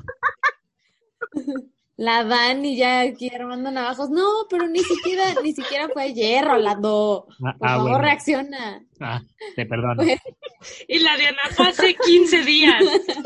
la Dani ya aquí armando navajos, no, pero ni siquiera, ni siquiera fue ayer, Rolando, Ah, por ah, favor, bueno. reacciona. Ah, te perdono. Pues, Y la Diana fue hace quince días.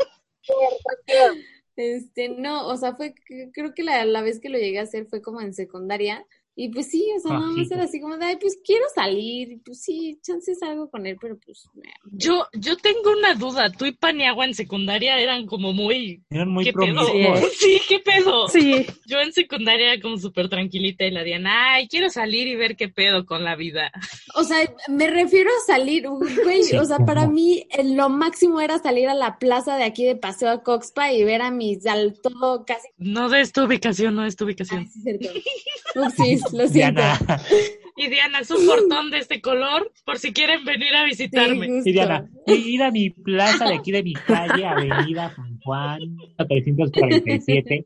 Este, no, o sea, fue, c- creo que la, la vez que lo llegué a hacer fue como en secundaria, y pues sí, o sea, nada más Ajito. era así como de, ay, pues quiero salir, y pues sí, chance salgo con él, pero pues, eh, Yo, yo tengo una duda. Tú y Paniagua en secundaria eran como muy... Eran muy ¿Qué pedo? promiscuos. Sí, ¿qué pedo? Sí. Yo en secundaria era como súper tranquilita y la Diana, ay, quiero salir y ver qué pedo con la vida. o sea, me refiero a salir, güey, Sí, o sea, ¿cómo? para mí eh, lo máximo era salir a la plaza de aquí de Paseo a Coxpa y ver a mis, al todo casi, No des tu ubicación, no des tu ay, ubicación. sí, es cierto, upsis, lo siento. Diana. Y Diana, es un portón de este color por si quieren venir a Sí, visitarme. justo. Y Diana, ir a mi plaza de aquí de mi calle, Avenida San Juan, trescientos cuarenta y siete.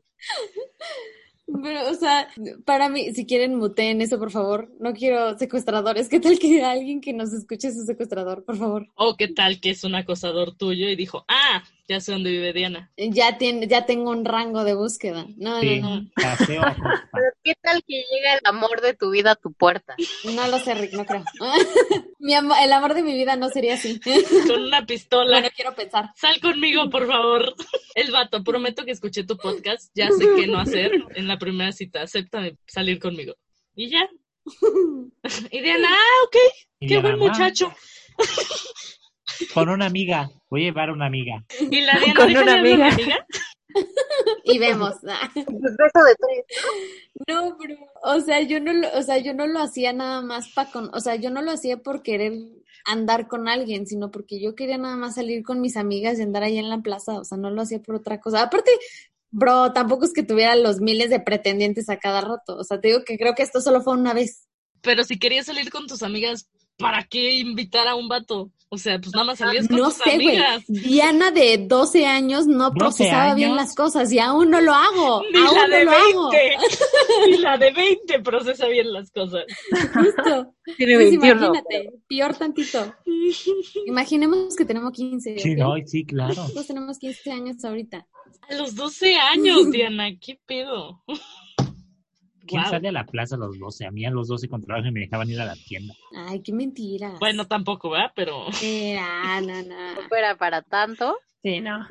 Pero, o sea, para mí, si quieren, muteen eso, por favor. No quiero secuestradores. ¿Qué tal que alguien que nos escuche es un secuestrador? Por favor. O qué tal que es un acosador tuyo y dijo, ah, ya sé dónde vive Diana. Ya, tiene, ya tengo un rango de búsqueda. No, Sí, no, no. paseo a Coxpa. Pero ¿qué tal que llega el amor de tu vida a tu puerta? No lo sé, Rick, no creo. Mi amor, el amor de mi vida no sería así. Con una pistola. Bueno, quiero pensar. Sal conmigo, por favor. El vato, prometo que escuché tu podcast, ya sé qué no hacer en la primera cita, acéptame salir conmigo. Y ya. Y Diana, ah, ok, Y qué Diana, buen "Va, muchacho. con una amiga, voy a llevar a una amiga". Y la Diana, Con déjale una hablar a mi amiga. amiga. Y vemos. Pues beso de tres. No, pero, o sea, yo no lo, o sea, yo no lo hacía nada más para con, o sea, yo no lo hacía por querer andar con alguien, sino porque yo quería nada más salir con mis amigas y andar ahí en la plaza, o sea, no lo hacía por otra cosa. Aparte, bro, tampoco es que tuviera los miles de pretendientes a cada rato, o sea, te digo que creo que esto solo fue una vez. Pero si querías salir con tus amigas, ¿para qué invitar a un vato? O sea, pues nada más salías con No tus sé, güey, amigas. Diana de doce años no ¿doce procesaba bien años? las cosas y aún no lo hago, Ni aún la no de lo hago. veinte. Ni la de veinte procesa bien las cosas. Justo. Tiene Pues veintiuno. imagínate, peor tantito. Imaginemos que tenemos quince, Sí, ¿ok? no, sí, claro. Todos tenemos quince años ahorita. A los doce años, Diana, ¿qué pedo? ¿Quién Guau. sale a la plaza a los doce? A mí a los doce con trabajo y me dejaban ir a la tienda. Ay, qué mentiras. Bueno, tampoco, ¿verdad? Pero Eh, ah, no, no. No fuera para tanto. Sí, no.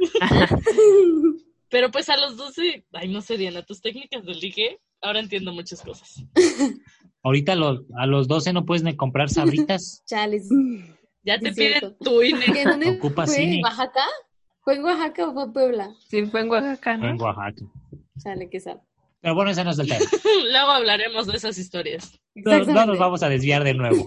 pero pues a los doce, ay, no sé, Diana, tus técnicas de ligue, ahora entiendo muchas cosas. Ahorita a los, a los doce no puedes ni comprar sabritas. Chales. Ya Sí, te es piden cierto. tu I N E. ¿En dónde Ocupa fue? cine. ¿Oaxaca? ¿Fue en Oaxaca o fue en Puebla? Sí, fue en Oaxaca, En ¿no? Oaxaca. Chale, qué sad. Pero bueno, ese no es el tema. Luego hablaremos de esas historias. No, no nos vamos a desviar de nuevo.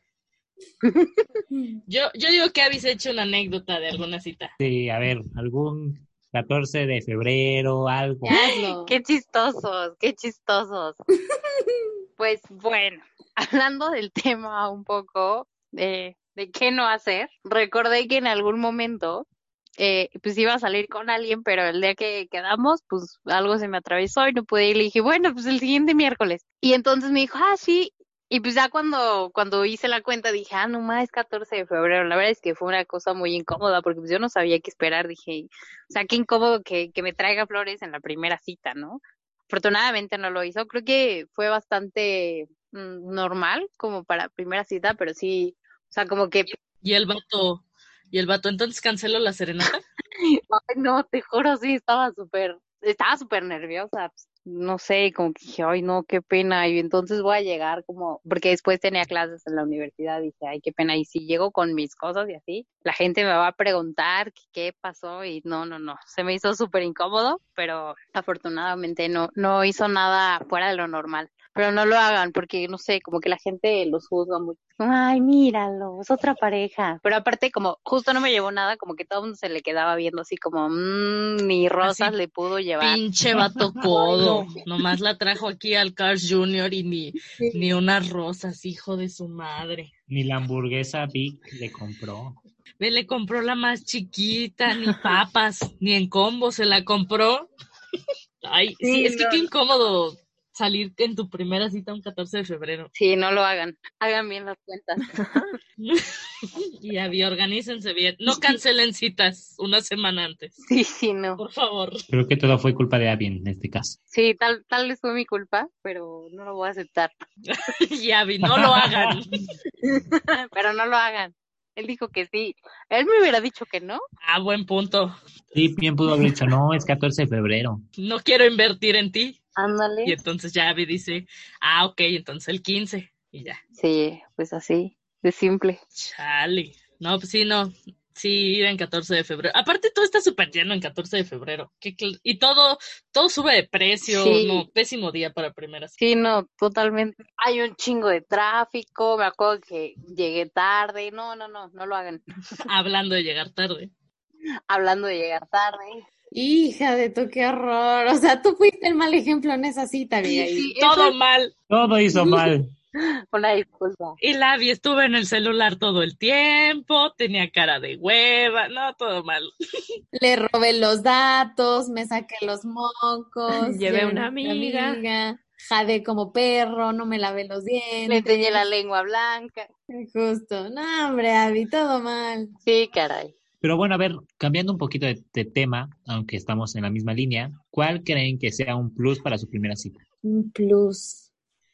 Yo, yo digo que habéis hecho una anécdota de alguna cita. Sí, a ver, algún catorce de febrero, algo. Hazlo. Qué chistosos, qué chistosos. Pues bueno, hablando del tema un poco, eh, de qué no hacer, recordé que en algún momento eh, pues iba a salir con alguien, pero el día que quedamos, pues algo se me atravesó y no pude ir. Le dije, bueno, pues el siguiente miércoles. Y entonces me dijo, ah, sí. Y pues ya cuando, cuando hice la cuenta dije, ah, no más, es catorce de febrero. La verdad es que fue una cosa muy incómoda porque pues yo no sabía qué esperar. Dije, o sea, qué incómodo que, que me traiga flores en la primera cita, ¿no? Afortunadamente no lo hizo. Creo que fue bastante mm, normal como para primera cita, pero sí, o sea, como que Y el vato, y el vato, entonces canceló la serenata. ay, no, te juro, sí, estaba súper, estaba súper nerviosa, pues, no sé, como que dije, ay, no, qué pena, y entonces voy a llegar como, porque después tenía clases en la universidad, dije, ay, qué pena, y si llego con mis cosas y así, la gente me va a preguntar qué, qué pasó, y no, no, no, se me hizo súper incómodo, pero afortunadamente no, no hizo nada fuera de lo normal. Pero no lo hagan porque, no sé, como que la gente los juzga mucho. Como, ay, míralo, es otra pareja. Pero aparte, como justo no me llevó nada, como que todo el mundo se le quedaba viendo así como, mmm, ni rosas Así, le pudo llevar. pinche vato codo. Nomás la trajo aquí al Cars junior y ni, ni unas rosas, hijo de su madre. Ni la hamburguesa Big le compró. Ve, le compró la más chiquita, ni papas, ni en combo se la compró. Ay, sí, Sí, es que no, qué no. incómodo salir en tu primera cita un catorce de febrero. Sí, no lo hagan. Hagan bien las cuentas. Y había, organícense bien. No cancelen citas una semana antes, Sí, sí, no. por favor. Creo que todo fue culpa de Abby en este caso. Sí, tal, tal vez fue mi culpa, pero no lo voy a aceptar. Y Abby, no lo hagan. Pero no lo hagan. Él dijo que sí. Él me hubiera dicho que no. Ah, buen punto. Sí, bien pudo haber dicho, no, es catorce de febrero. No quiero invertir en ti. Y Ándale. entonces ya Abby dice, ah, ok, entonces el quince. Y ya. Sí, pues así, de simple. Chale. No, pues sí, no. Sí, ir en catorce de febrero. Aparte, todo está súper lleno en catorce de febrero. Qué cl- y todo, todo sube de precio. Sí. No, pésimo día para primeras. Sí, no, totalmente. Hay un chingo de tráfico, me acuerdo que llegué tarde. No, no, no, no lo hagan. Hablando de llegar tarde. Hablando de llegar tarde. Hija de tu, qué horror. O sea, tú fuiste el mal ejemplo en esa cita, amiga. y- Sí, Todo eso mal. Todo hizo mal. es una disculpa. Y la Abby estuvo en el celular todo el tiempo. Tenía cara de hueva. No, todo mal. Le robé los datos, me saqué los mocos, Llevé una amiga. jadé como perro, no me lavé los dientes. Le enseñé la lengua blanca. Justo. No, hombre, Abby, todo mal. Sí, caray. Pero bueno, a ver, cambiando un poquito de, de tema, aunque estamos en la misma línea, ¿cuál creen que sea un plus para su primera cita? Un plus.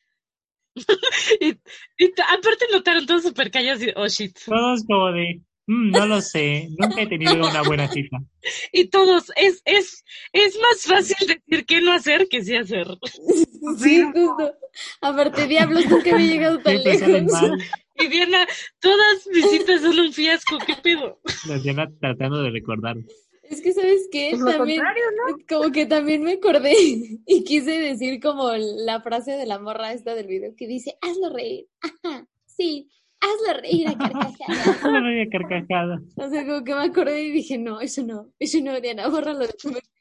Y, y t- aparte notaron todos súper callados y, oh shit. Todos como de, "Mm, no lo sé, nunca he tenido una buena cita". Y todos, es, es, es más fácil decir qué no hacer que sí hacer. Sí, justo. Aparte, diablos, nunca había llegado tan Siempre salen lejos. mal. Y Diana, todas mis citas son un fiasco, ¿qué pedo? La Diana tratando de recordar. Es que, ¿sabes qué? Pues lo También, contrario, ¿no? como que también me acordé y quise decir como la frase de la morra esta del video que dice, hazlo reír. Ajá, sí, hazlo reír a carcajadas. Me reí a carcajadas. O sea, como que me acordé y dije, no, eso no, eso no, Diana, bórralo de tu mente.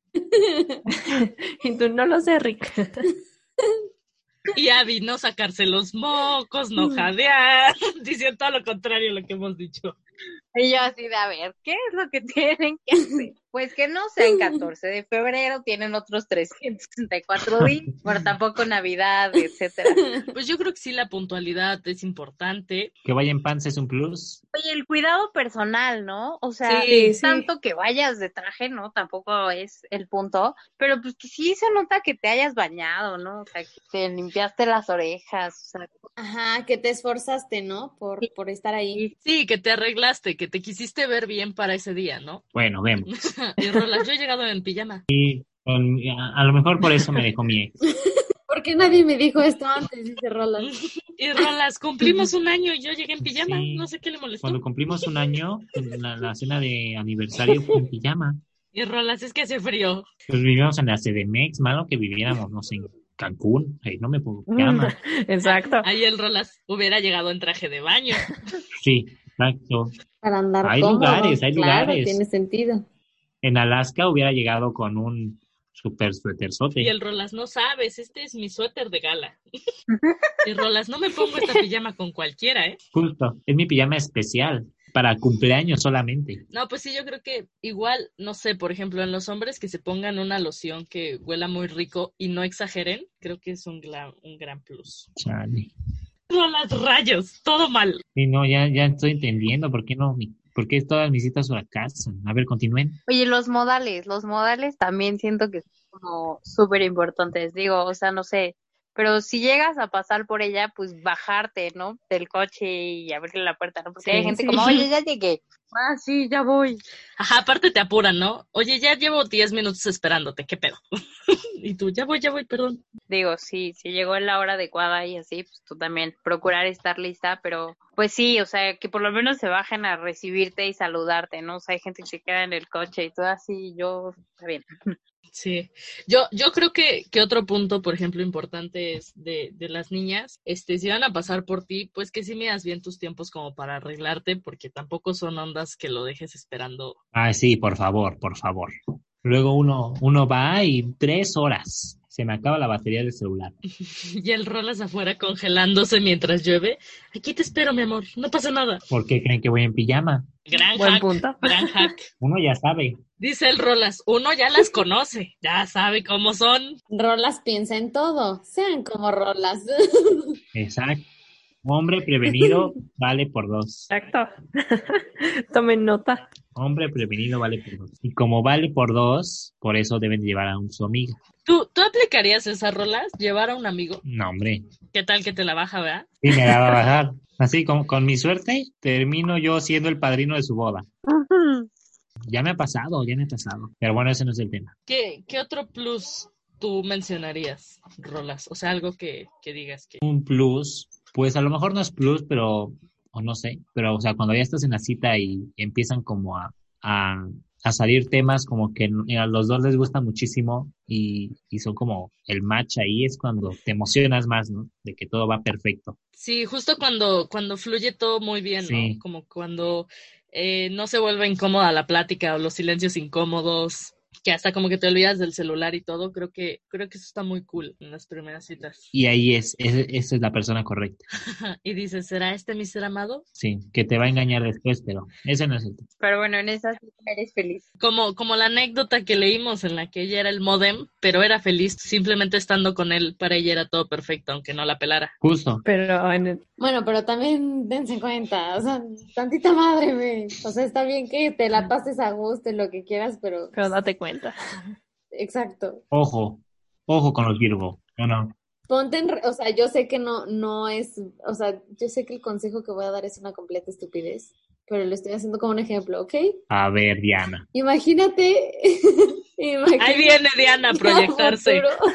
Y tú no lo sé, Rick. Y Abby, no sacarse los mocos, no jadear, diciendo todo lo contrario a lo que hemos dicho. Y yo así de, a ver, ¿qué es lo que tienen que hacer? Pues que no sean catorce de febrero, tienen otros trescientos sesenta y cuatro días, pero tampoco Navidad, etcétera. Pues yo creo que sí la puntualidad es importante. Que vaya en pants es un plus. Oye, el cuidado personal, ¿no? O sea, Sí, sí. tanto que vayas de traje, ¿no? Tampoco es el punto, pero pues que sí se nota que te hayas bañado, ¿no? O sea, que te limpiaste las orejas, o sea, Ajá, que te esforzaste, ¿no? Por, por estar ahí. Sí, que te arreglaste, que te quisiste ver bien para ese día, ¿no? Bueno, vemos. Y Roland, yo he llegado en pijama. Con- a, a lo mejor por eso me dejó mi ex. ¿Por qué nadie me dijo esto antes? Dice Roland. Y Roland, cumplimos un año y yo llegué en pijama. Sí. No sé qué le molestó. Cuando cumplimos un año, en la, la cena de aniversario fue en pijama. Y Roland, es que hace frío. Pues vivíamos en la C D M X, malo que viviéramos, no sé, en Cancún. Ahí no me pongo pijama. Exacto. Ahí el Roland hubiera llegado en traje de baño. Sí, exacto. Para andar Hay cómodo. lugares, hay Claro, lugares. tiene sentido. En Alaska hubiera llegado con un Súper suéterzote. Y el Rolas, no sabes, este es mi suéter de gala. Y Rolas, no me pongo esta pijama con cualquiera, ¿eh? Justo, es mi pijama especial, para cumpleaños solamente. No, pues sí, yo creo que igual, no sé, por ejemplo, en los hombres que se pongan una loción que huela muy rico y no exageren, creo que es un, gla- un gran plus. Chale. Rolas, rayos, todo mal. Sí, no, ya, ya estoy entendiendo por qué no, mi- por qué todas mis citas fracasan. A ver, continúen. Oye, los modales, los modales también siento que son como súper importantes. Digo, o sea, no sé, pero si llegas a pasar por ella, pues bajarte, ¿no? Del coche y abrirle la puerta, ¿no? Porque hay Sí, gente sí. como, oye, ya llegué. Ah, sí, ya voy. Ajá, aparte te apuran, ¿no? Oye, ya llevo diez minutos esperándote, ¿qué pedo? Y tú, ya voy, ya voy, perdón. Digo, sí, si llegó en la hora adecuada y así, pues tú también procurar estar lista, pero pues sí, o sea, que por lo menos se bajen a recibirte y saludarte, ¿no? O sea, hay gente que se queda en el coche y todo así, yo, está bien. Sí, yo, yo creo que, que otro punto, por ejemplo, importante es de, de las niñas, este, si van a pasar por ti, pues que sí midas bien tus tiempos como para arreglarte, porque tampoco son ondas que lo dejes esperando. Ah, sí, por favor, por favor. Luego uno, uno va y tres horas. Se me acaba la batería del celular. Y el Rolas afuera congelándose mientras llueve. Aquí te espero, mi amor, no pasa nada. ¿Por qué creen que voy en pijama? Gran Buen hack, punto. gran hack. Uno ya sabe. Dice el Rolas, uno ya las conoce, ya sabe cómo son. Rolas piensa en todo. Sean como Rolas. Exacto. Hombre prevenido vale por dos. Exacto. Tomen nota. Hombre prevenido vale por dos. Y como vale por dos, por eso deben llevar a un su amiga. ¿Tú, ¿Tú aplicarías esas Rolas? ¿Llevar a un amigo? No, hombre. ¿Qué tal que te la baja, verdad? Sí, me la va a bajar. Así, con, con mi suerte, termino yo siendo el padrino de su boda. Ya me ha pasado, ya me ha pasado. Pero bueno, ese no es el tema. ¿Qué, qué otro plus tú mencionarías, Rolas? O sea, algo que, que digas que... Un plus, pues a lo mejor no es plus, pero, o no sé, pero o sea, cuando ya estás en la cita y empiezan como a, a, a salir temas como que a los dos les gusta muchísimo y, y son como el match ahí, es cuando te emocionas más, ¿no? De que todo va perfecto. Sí, justo cuando, cuando fluye todo muy bien, Sí. ¿no? Como cuando eh, no se vuelve incómoda la plática o los silencios incómodos, que hasta como que te olvidas del celular y todo. Creo que, creo que eso está muy cool en las primeras citas. Y ahí es, es, esa es la persona correcta. Y dices, ¿será este mi ser amado? Sí, que te va a engañar después, pero ese no es el tema. Pero bueno, en esa cita eres feliz. Como, como la anécdota que leímos en la que ella era el módem, pero era feliz simplemente estando con él. Para ella era todo perfecto, aunque no la pelara. Justo. Pero en el- Bueno, pero también dense cuenta, o sea, tantita madre, güey. O sea, está bien que te la pases a gusto y lo que quieras, pero pero date cuenta. exacto. Ojo, ojo con los Virgo, ¿o no? Ponte en, re- o sea, yo sé que no, no es, o sea, yo sé que el consejo que voy a dar es una completa estupidez, pero lo estoy haciendo como un ejemplo, ¿ok? A ver, Diana. Imagínate, imagínate Ahí viene Diana a proyectarse. a futuro.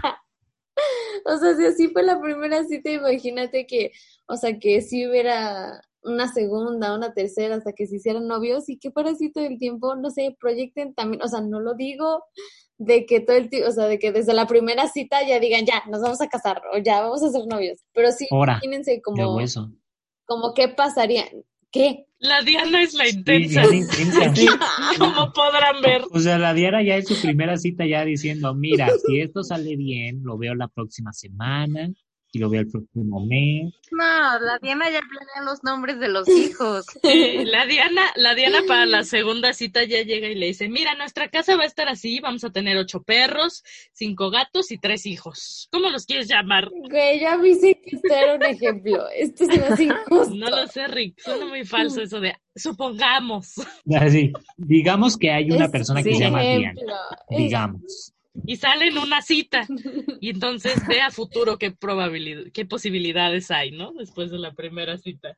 O sea, si así fue la primera cita, imagínate que, o sea, que si hubiera una segunda, una tercera, hasta que se hicieran novios y que fuera así todo el tiempo, no sé, proyecten también, o sea, no lo digo de que todo el tiempo, o sea, de que desde la primera cita ya digan, ya, nos vamos a casar o ya vamos a ser novios, pero sí, Ahora, imagínense yo como, hago eso. como qué pasaría, ¿qué? La Diana es la Sí, intensa, Diana intensa. Sí. como podrán ver. O sea, la Diana ya en su primera cita ya diciendo, mira, si esto sale bien, lo veo la próxima semana y lo veo el próximo mes. No, la Diana ya planea los nombres de los hijos. Sí, la Diana, la Diana para la segunda cita ya llega y le dice, mira, nuestra casa va a estar así, vamos a tener ocho perros, cinco gatos y tres hijos. ¿Cómo los quieres llamar? Güey, yo avisé que esto era un ejemplo, esto se me hace injusto. No lo sé, Rick, suena muy falso eso de supongamos. Así, digamos que hay una Es persona que un se llama Diana. ejemplo, es- Digamos. Y sale en una cita. Y entonces ve a futuro qué probabilidad, qué posibilidades hay, ¿no? Después de la primera cita.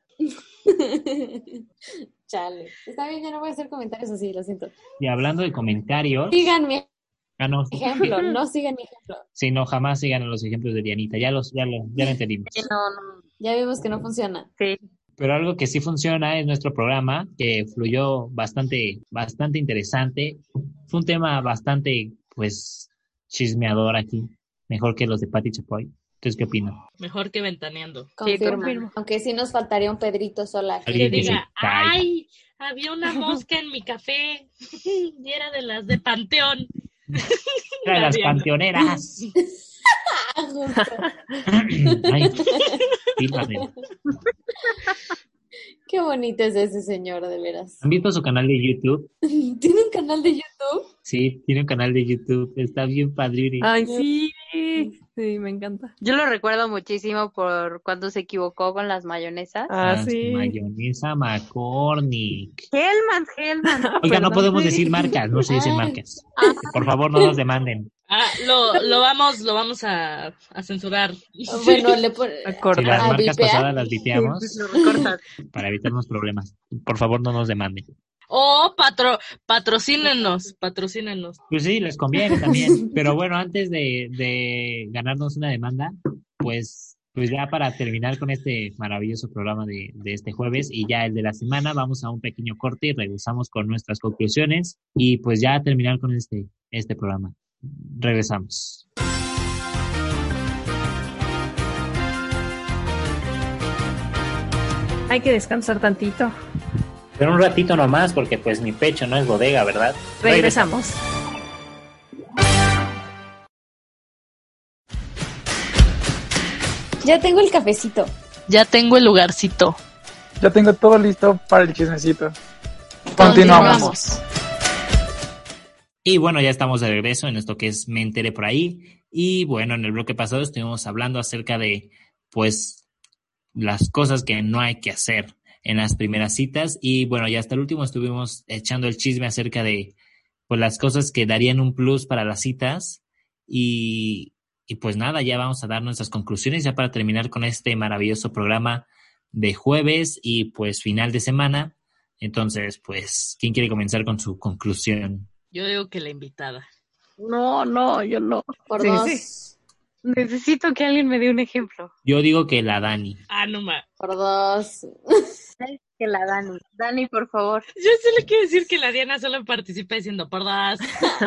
Chale. Está bien, ya no voy a hacer comentarios así, lo siento. Y hablando de comentarios, Sigan mi ah, no, ejemplo, no sigan mi ejemplo. sí, no, jamás sigan los ejemplos de Dianita, ya los, ya lo, ya lo entendimos. Sí, no, no, Ya vimos que no funciona. sí. Pero algo que sí funciona es nuestro programa, que fluyó bastante, bastante interesante. Fue un tema bastante, pues, chismeador aquí, mejor que los de Pati Chapoy. ¿Ustedes qué opinan? Mejor que ventaneando. Confirmo. confirmo. Aunque sí nos faltaría un Pedrito Sola. Que Alguien que diga, se caiga. ay, había una mosca en mi café y era de las de Panteón. Era las Diana. panteoneras. Justo. Ay, fíjate. Qué bonito es ese señor, de veras. ¿Han visto su canal de YouTube? ¿Tiene un canal de YouTube? Sí, tiene un canal de YouTube. Está bien padre. Ay, sí. Sí, me encanta. Yo lo recuerdo muchísimo por cuando se equivocó con las mayonesas. Ah, Las sí. Mayonesa McCormick. Hellman, Hellman. Oiga, no Perdón. podemos decir marcas, no se dicen Ay. marcas. Por favor, no nos demanden. Ah, lo, lo vamos, lo vamos a, a censurar. Bueno, le pon... Si las Acordar. ¿A marcas vipear? pasadas las vipeamos Sí, lo recortas. para evitarnos problemas. Por favor, no nos demanden. O patro, patrocínenos, patrocínenos. Pues sí, les conviene también. Pero bueno, antes de, de ganarnos una demanda, pues, pues ya para terminar con este maravilloso programa de, de este jueves y ya el de la semana, vamos a un pequeño corte y regresamos con nuestras conclusiones y pues ya terminar con este, este programa. Regresamos. Hay que descansar tantito. Pero un ratito nomás, porque pues mi pecho no es bodega, ¿verdad? Regresamos. Ya tengo el cafecito. Ya tengo el lugarcito. Ya tengo todo listo para el chismecito. Continuamos. Y bueno, ya estamos de regreso en esto que es Me Enteré Por Ahí. Y bueno, en el bloque pasado estuvimos hablando acerca de, pues, las cosas que no hay que hacer en las primeras citas. Y bueno, ya hasta el último estuvimos echando el chisme acerca de, pues, las cosas que darían un plus para las citas. Y, y pues nada, ya vamos a dar nuestras conclusiones ya para terminar con este maravilloso programa de jueves y pues final de semana. Entonces, pues, ¿quién quiere comenzar con su conclusión? Yo digo que la invitada. No, no, yo no. Por Sí, dos. sí. Necesito que alguien me dé un ejemplo. Yo digo que la Dani. Ah, no ma. Por dos. Que la Dani. Dani, por favor. Yo solo quiero decir que la Diana solo participa diciendo por dos.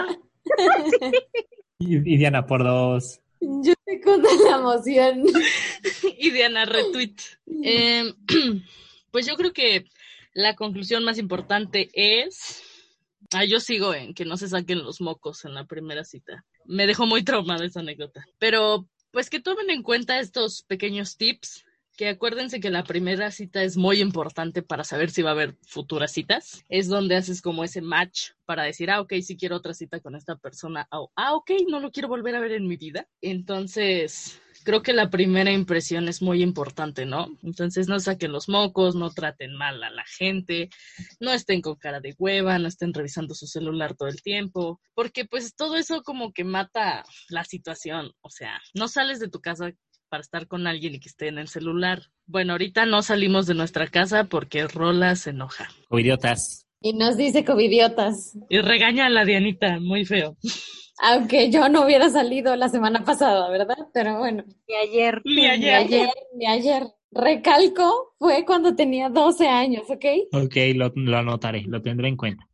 Y, y Diana por dos. Yo te conté la emoción. Y Diana retweet. Eh, pues yo creo que la conclusión más importante es... Ah, yo sigo en que no se saquen los mocos en la primera cita. Me dejó muy traumada esa anécdota. Pero pues que tomen en cuenta estos pequeños tips, que acuérdense que la primera cita es muy importante para saber si va a haber futuras citas. Es donde haces como ese match para decir, ah, ok, sí quiero otra cita con esta persona. O, ah, ok, no lo quiero volver a ver en mi vida. Entonces... creo que la primera impresión es muy importante, ¿no? Entonces no saquen los mocos, no traten mal a la gente, no estén con cara de hueva, no estén revisando su celular todo el tiempo, porque pues todo eso como que mata la situación. O sea, no sales de tu casa para estar con alguien y que esté en el celular. Bueno, ahorita no salimos de nuestra casa porque Rola se enoja. O idiotas. Y nos dice covidiotas. Y regaña a la Dianita, muy feo. Aunque yo no hubiera salido la semana pasada, ¿verdad? Pero bueno. Ni ayer. Ni Ni ayer. ayer, ni ayer. Recalco, fue cuando tenía doce años, ¿ok? Ok, lo, lo anotaré, lo tendré en cuenta.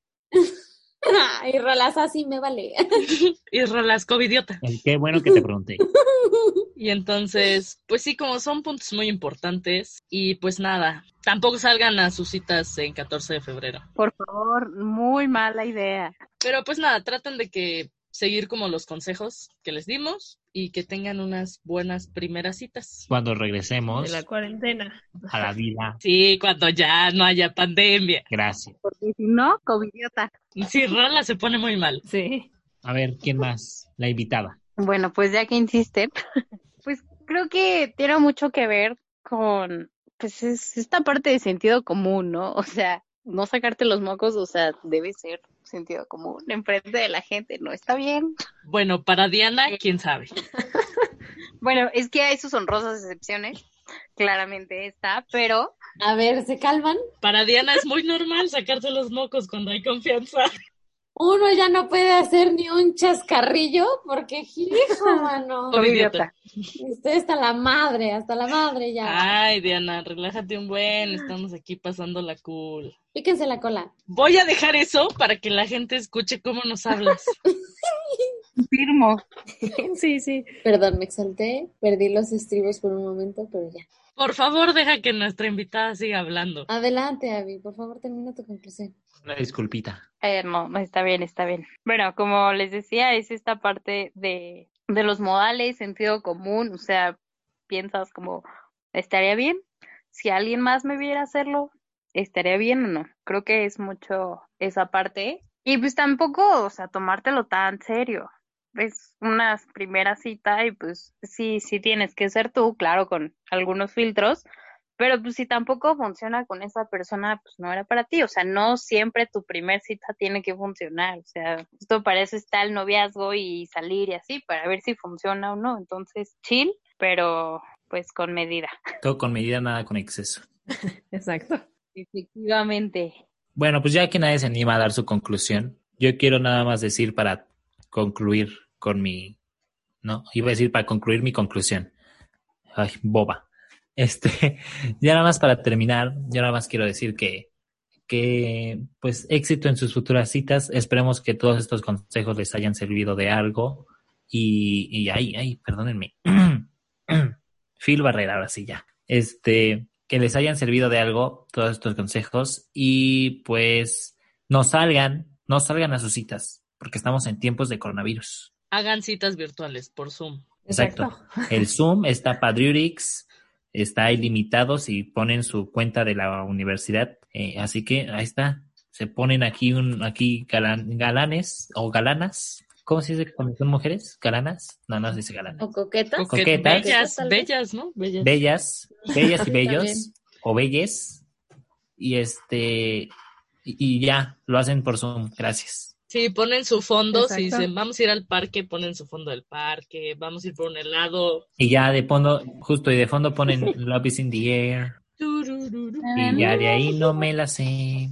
Y Rolas así me vale. Y Rolas, covidiota. Eh, Qué bueno que te pregunté. Y entonces, pues sí, como son puntos muy importantes. Y pues nada, tampoco salgan a sus citas en catorce de febrero. Por favor, muy mala idea. Pero pues nada, traten de que seguir como los consejos que les dimos y que tengan unas buenas primeras citas. Cuando regresemos De la cuarentena. a la vida. Sí, cuando ya no haya pandemia. Gracias. Porque si no, covidiota. Si Rola se pone muy mal. Sí. A ver, ¿quién más? La invitada. Bueno, pues ya que insisten, pues creo que tiene mucho que ver con, pues es esta parte de sentido común, ¿no? O sea, no sacarte los mocos, o sea, debe ser sentido común enfrente de la gente, ¿no? Está bien. Bueno, para Diana, quién sabe. Bueno, es que hay sus honrosas excepciones, claramente está, pero A ver, ¿se calman? Para Diana es muy normal sacarse los mocos cuando hay confianza. Uno ya no puede hacer ni un chascarrillo porque, hijo, mano. Covidiota. Usted está la madre, hasta la madre ya. Ay, Diana, relájate un buen, estamos aquí pasando la cool. Píquense la cola. Voy a dejar eso para que la gente escuche cómo nos hablas. Confirmo. Sí, sí. Perdón, me exalté, perdí los estribos por un momento, pero ya. Por favor, deja que nuestra invitada siga hablando. Adelante, Abby, por favor, termina tu conclusión. Una disculpita. Eh, no, no, está bien, está bien. Bueno, como les decía, es esta parte de, de los modales, sentido común, o sea, piensas como, ¿estaría bien? Si alguien más me viera hacerlo, ¿estaría bien o no? Creo que es mucho esa parte. Y pues tampoco, o sea, tomártelo tan serio. Es una primera cita y pues sí, sí tienes que ser tú, claro, con algunos filtros. Pero pues si tampoco funciona con esa persona, pues no era para ti. O sea, no siempre tu primer cita tiene que funcionar. O sea, esto para eso está el noviazgo y salir y así, para ver si funciona o no. Entonces, chill, pero pues con medida. Todo con medida, nada con exceso. Exacto. Efectivamente. Bueno, pues ya que nadie se anima a dar su conclusión, yo quiero nada más decir para concluir con mi... No, iba a decir para concluir mi conclusión. Ay, boba. Este, ya nada más para terminar, yo nada más quiero decir que, que, pues, éxito en sus futuras citas. Esperemos que todos estos consejos les hayan servido de algo. Y, y ay, ay, perdónenme. Phil Barrera, ahora sí ya. Este, que les hayan servido de algo todos estos consejos. Y pues, no salgan, no salgan a sus citas, porque estamos en tiempos de coronavirus. Hagan citas virtuales por Zoom. Exacto. Exacto. El Zoom está Padriurix, está ilimitado si ponen su cuenta de la universidad. Eh, así que ahí está. Se ponen aquí un aquí galán- galanes o galanas. ¿Cómo se dice cuando son mujeres? ¿Galanas? No, no se dice galanas. ¿O coquetas? Coquet- Coquetas. bellas, Tal vez. bellas, ¿no? Bellas. Bellas, bellas y Sí, bellos también. o belles. Y este y, y ya, lo hacen por Zoom. Gracias. Sí, ponen su fondo, si Exacto. dicen vamos a ir al parque, ponen su fondo del parque, vamos a ir por un helado. Y ya de fondo, justo y de fondo ponen Love is in the air. Turururu. Y ya de ahí no me la sé.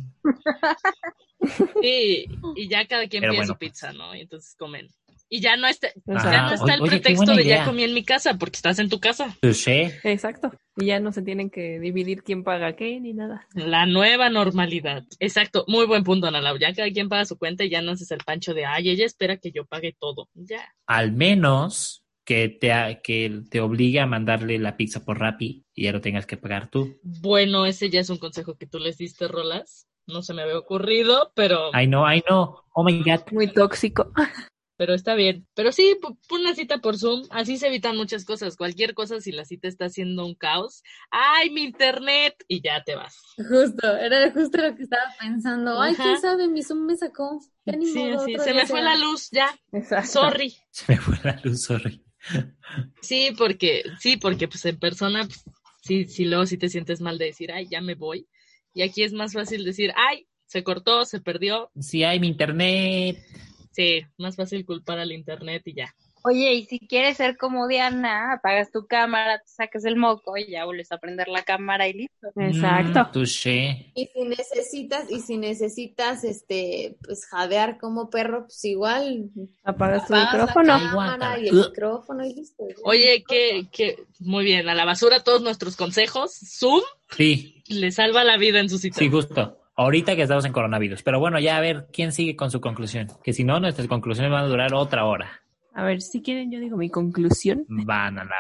Sí, y ya cada quien Pero pide bueno, su pizza, ¿no? Y entonces comen. Y ya no está, ya Exacto. no está el Oye, qué pretexto buena de ya idea. comí en mi casa, porque estás en tu casa. Touché. Exacto. Y ya no se tienen que dividir quién paga qué ni nada. La nueva normalidad. Exacto, muy buen punto, Ana Lau. Ya cada quien paga su cuenta y ya no haces el pancho de, ay, ella espera que yo pague todo. Ya. Al menos que te, a- que te obligue a mandarle la pizza por Rappi y ya lo tengas que pagar tú. Bueno, ese ya es un consejo que tú les diste, Rolas. No se me había ocurrido, pero, Ay, no, ay, no. Oh my God. Muy tóxico. pero está bien. Pero sí, pu- pon una cita por Zoom, así se evitan muchas cosas. Cualquier cosa, si la cita está haciendo un caos, ¡ay, mi internet! Y ya te vas. Justo, era justo lo que estaba pensando. Ay, Ajá. quién sabe, mi Zoom me sacó. Ya ni Sí, modo, sí, otro se día me fue será. la luz, ya. Exacto. Sorry. Se me fue la luz, sorry. Sí, porque, sí, porque pues en persona, pues, sí, sí, luego sí te sientes mal de decir, ay, ya me voy. Y aquí es más fácil decir, ay, se cortó, se perdió. Sí, hay mi internet. Sí, más fácil culpar al internet y ya. Oye, y si quieres ser como Diana, apagas tu cámara, te sacas el moco y ya vuelves a prender la cámara y listo. Exacto. Mm, touché. Y si necesitas, y si necesitas, este, pues jadear como perro, pues igual Apagas tu apagas la micrófono. Ay, cámara guácala. y el Ugh. micrófono y listo. ya. Oye, que, que, muy bien, a la basura todos nuestros consejos. Zoom Sí, le salva la vida en su cita. sí, justo. Ahorita que estamos en coronavirus. Pero bueno, ya a ver quién sigue con su conclusión. Que si no, nuestras conclusiones van a durar otra hora. A ver, si quieren, yo digo mi conclusión. Van a la...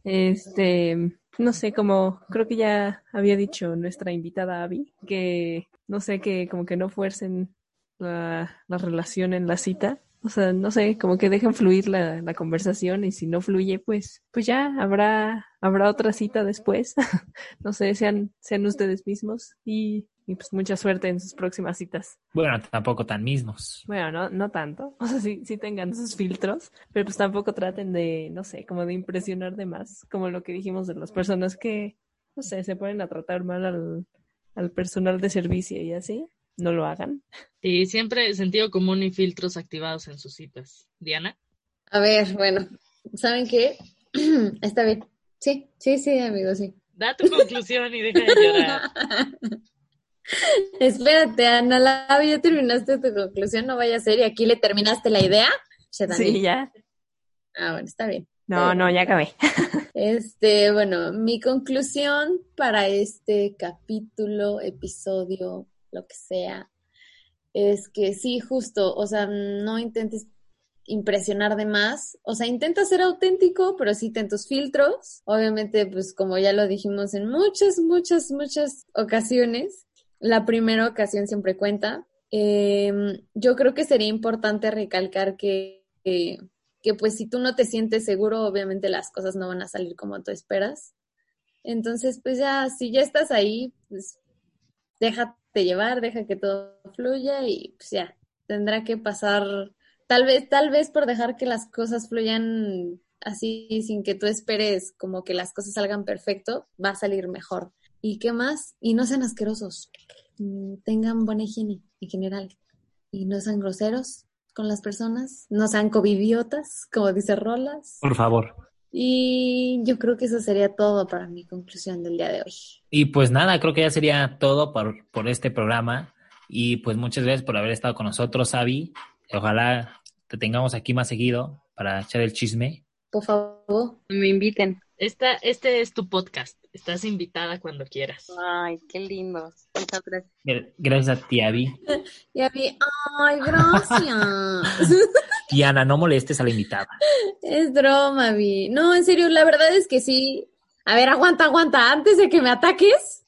Este, no sé, como creo que ya había dicho nuestra invitada Abby, que no sé, que como que no fuercen la, la relación en la cita. O sea, no sé, como que dejen fluir la, la conversación y si no fluye, pues, pues ya habrá, habrá otra cita después. No sé, sean, sean ustedes mismos y, y pues mucha suerte en sus próximas citas. Bueno, tampoco tan mismos. Bueno, no, no tanto. O sea, sí, sí tengan sus filtros, pero pues tampoco traten de, no sé, como de impresionar de más, como lo que dijimos de las personas que, no sé, se ponen a tratar mal al, al personal de servicio y así. No lo hagan. Sí, siempre sentido común y filtros activados en sus citas. Diana. A ver, bueno, ¿saben qué? Está bien. Sí, sí, sí, amigo, sí. Da tu conclusión y deja de llorar. Espérate, Ana Lau, ya terminaste tu conclusión, no vaya a ser, y aquí le terminaste la idea. Che, Dani. Sí, ya. Ah, bueno, está bien. No, no, ya acabé. Este, bueno, mi conclusión para este capítulo, episodio, lo que sea, es que sí, justo, o sea, no intentes impresionar de más. O sea, intenta ser auténtico, pero sí ten tus filtros. Obviamente, pues como ya lo dijimos en muchas, muchas, muchas ocasiones, la primera ocasión siempre cuenta. Eh, yo creo que sería importante recalcar que, que, que pues si tú no te sientes seguro, obviamente las cosas no van a salir como tú esperas. Entonces, pues ya, si ya estás ahí, pues déjate llevar, deja que todo fluya y pues ya, tendrá que pasar, tal vez, tal vez por dejar que las cosas fluyan así sin que tú esperes como que las cosas salgan perfecto, va a salir mejor. ¿Y qué más? Y no sean asquerosos, tengan buena higiene en general y no sean groseros con las personas, no sean covidiotas, como dice Rolas. Por favor. Y yo creo que eso sería todo para mi conclusión del día de hoy. Y pues nada, creo que ya sería todo por, por este programa. Y pues muchas gracias por haber estado con nosotros, Abby. Ojalá te tengamos aquí más seguido para echar el chisme. Por favor. Me inviten. Esta, este es tu podcast. Estás invitada cuando quieras. Ay, qué lindo. Muchas gracias. Gracias a ti, Abby. Y a mí, ay, gracias. Diana, no molestes a la invitada. Es broma, Vi. No, en serio, la verdad es que sí. A ver, aguanta, aguanta, antes de que me ataques.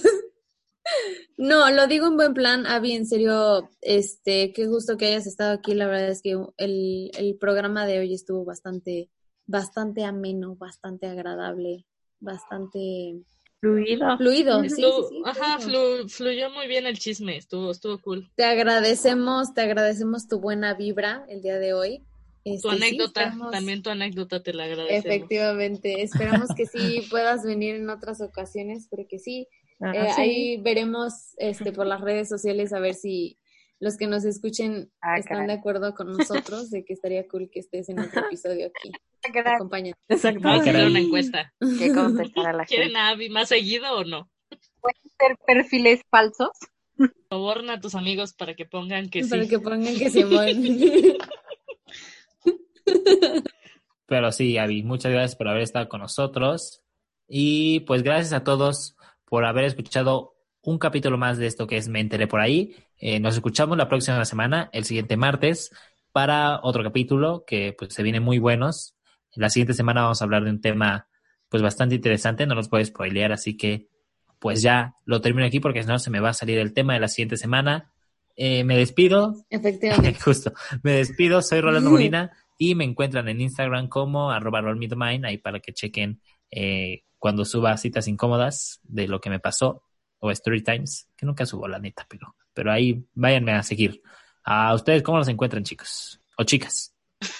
No, lo digo en buen plan, Abby, en serio, este, qué gusto que hayas estado aquí. La verdad es que el, el programa de hoy estuvo bastante, bastante ameno, bastante agradable, bastante Fluido. fluido. Sí, sí, Flu- sí, Ajá, fluido. flu- fluyó muy bien el chisme. Estuvo, estuvo cool. Te agradecemos, te agradecemos tu buena vibra el día de hoy. Tu Este, sí, anécdota, esperamos- también tu anécdota te la agradecemos. Efectivamente, esperamos que sí puedas venir en otras ocasiones, porque sí, Ah, eh, sí. ahí veremos este por las redes sociales a ver si los que nos escuchen Ah, están caray. de acuerdo con nosotros de que estaría cool que estés en otro episodio aquí. Gracias. Acompáñanos. Exacto. Vamos a hacer caray. una encuesta. Que contestar a la ¿Quieren gente. a Abby más seguido o no? ¿Pueden ser perfiles falsos? Soborna a tus amigos para que pongan que Para sí. que pongan que Simón. Pero sí, Abby, muchas gracias por haber estado con nosotros. Y pues gracias a todos por haber escuchado un capítulo más de esto que es Me Enteré Por Ahí. Eh, nos escuchamos la próxima semana, el siguiente martes, para otro capítulo que pues se vienen muy buenos. La siguiente semana vamos a hablar de un tema pues bastante interesante, no los puedo spoilear, así que pues ya lo termino aquí porque si no se me va a salir el tema de la siguiente semana. Eh, me despido. Efectivamente. Justo, me despido, soy Rolando Molina y me encuentran en Instagram como arroba rollmetomind, ahí para que chequen eh, cuando suba citas incómodas de lo que me pasó, o story times, que nunca subo la neta, pero, pero ahí váyanme a seguir. ¿A ustedes cómo los encuentran, chicos? O chicas.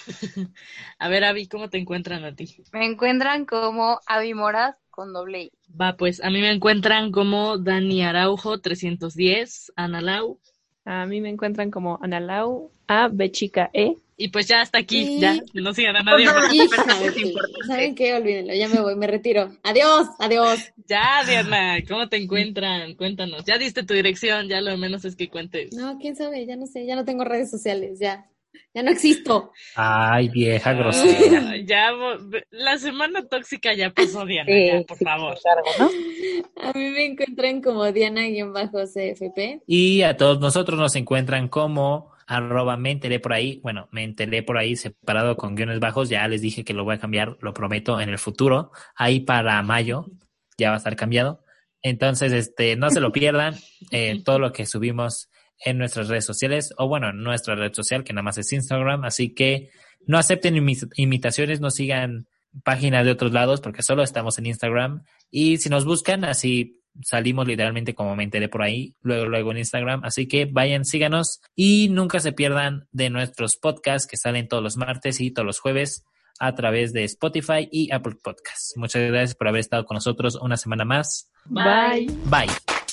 A ver, Abby, ¿cómo te encuentran a ti? Me encuentran como Abby Moras con doble I. Va, pues a mí me encuentran como Dani Araujo trescientos diez, Ana Lau. A mí me encuentran como Analau, A, B chica E. Y pues ya hasta aquí, Y- ya, no sigan a nadie más. Hija de ti. ¿Saben qué? Olvídenlo, ya me voy, me retiro. Adiós, adiós. Ya, Diana, ¿cómo te encuentran? Cuéntanos. Ya diste tu dirección, ya lo de menos es que cuentes. No, quién sabe, ya no sé, ya no tengo redes sociales, ya. Ya no existo. Ay, vieja grosera. Ah, ya, vo- la semana tóxica ya pasó, Diana, Sí, ya, por sí, favor. cargo, ¿no? A mí me encuentran como Diana-C F P. Y a todos nosotros nos encuentran como arroba me enteré por ahí. Bueno, me enteré por ahí separado con guiones bajos. Ya les dije que lo voy a cambiar, lo prometo, en el futuro. Ahí para mayo ya va a estar cambiado. Entonces, este, no se lo pierdan. Eh, todo lo que subimos en nuestras redes sociales, o bueno, en nuestra red social, que nada más es Instagram. Así que no acepten imi- imitaciones, no sigan páginas de otros lados, porque solo estamos en Instagram. Y si nos buscan, así salimos literalmente como me enteré por ahí, luego, luego en Instagram. Así que vayan, síganos y nunca se pierdan de nuestros podcasts que salen todos los martes y todos los jueves a través de Spotify y Apple Podcasts. Muchas gracias por haber estado con nosotros una semana más. Bye. Bye.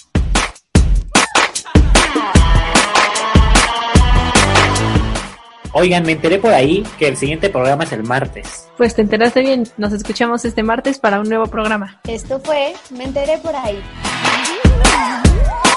Oigan, me enteré por ahí que el siguiente programa es el martes. Pues te enteraste bien. Nos escuchamos este martes para un nuevo programa. Esto fue Me Enteré Por Ahí.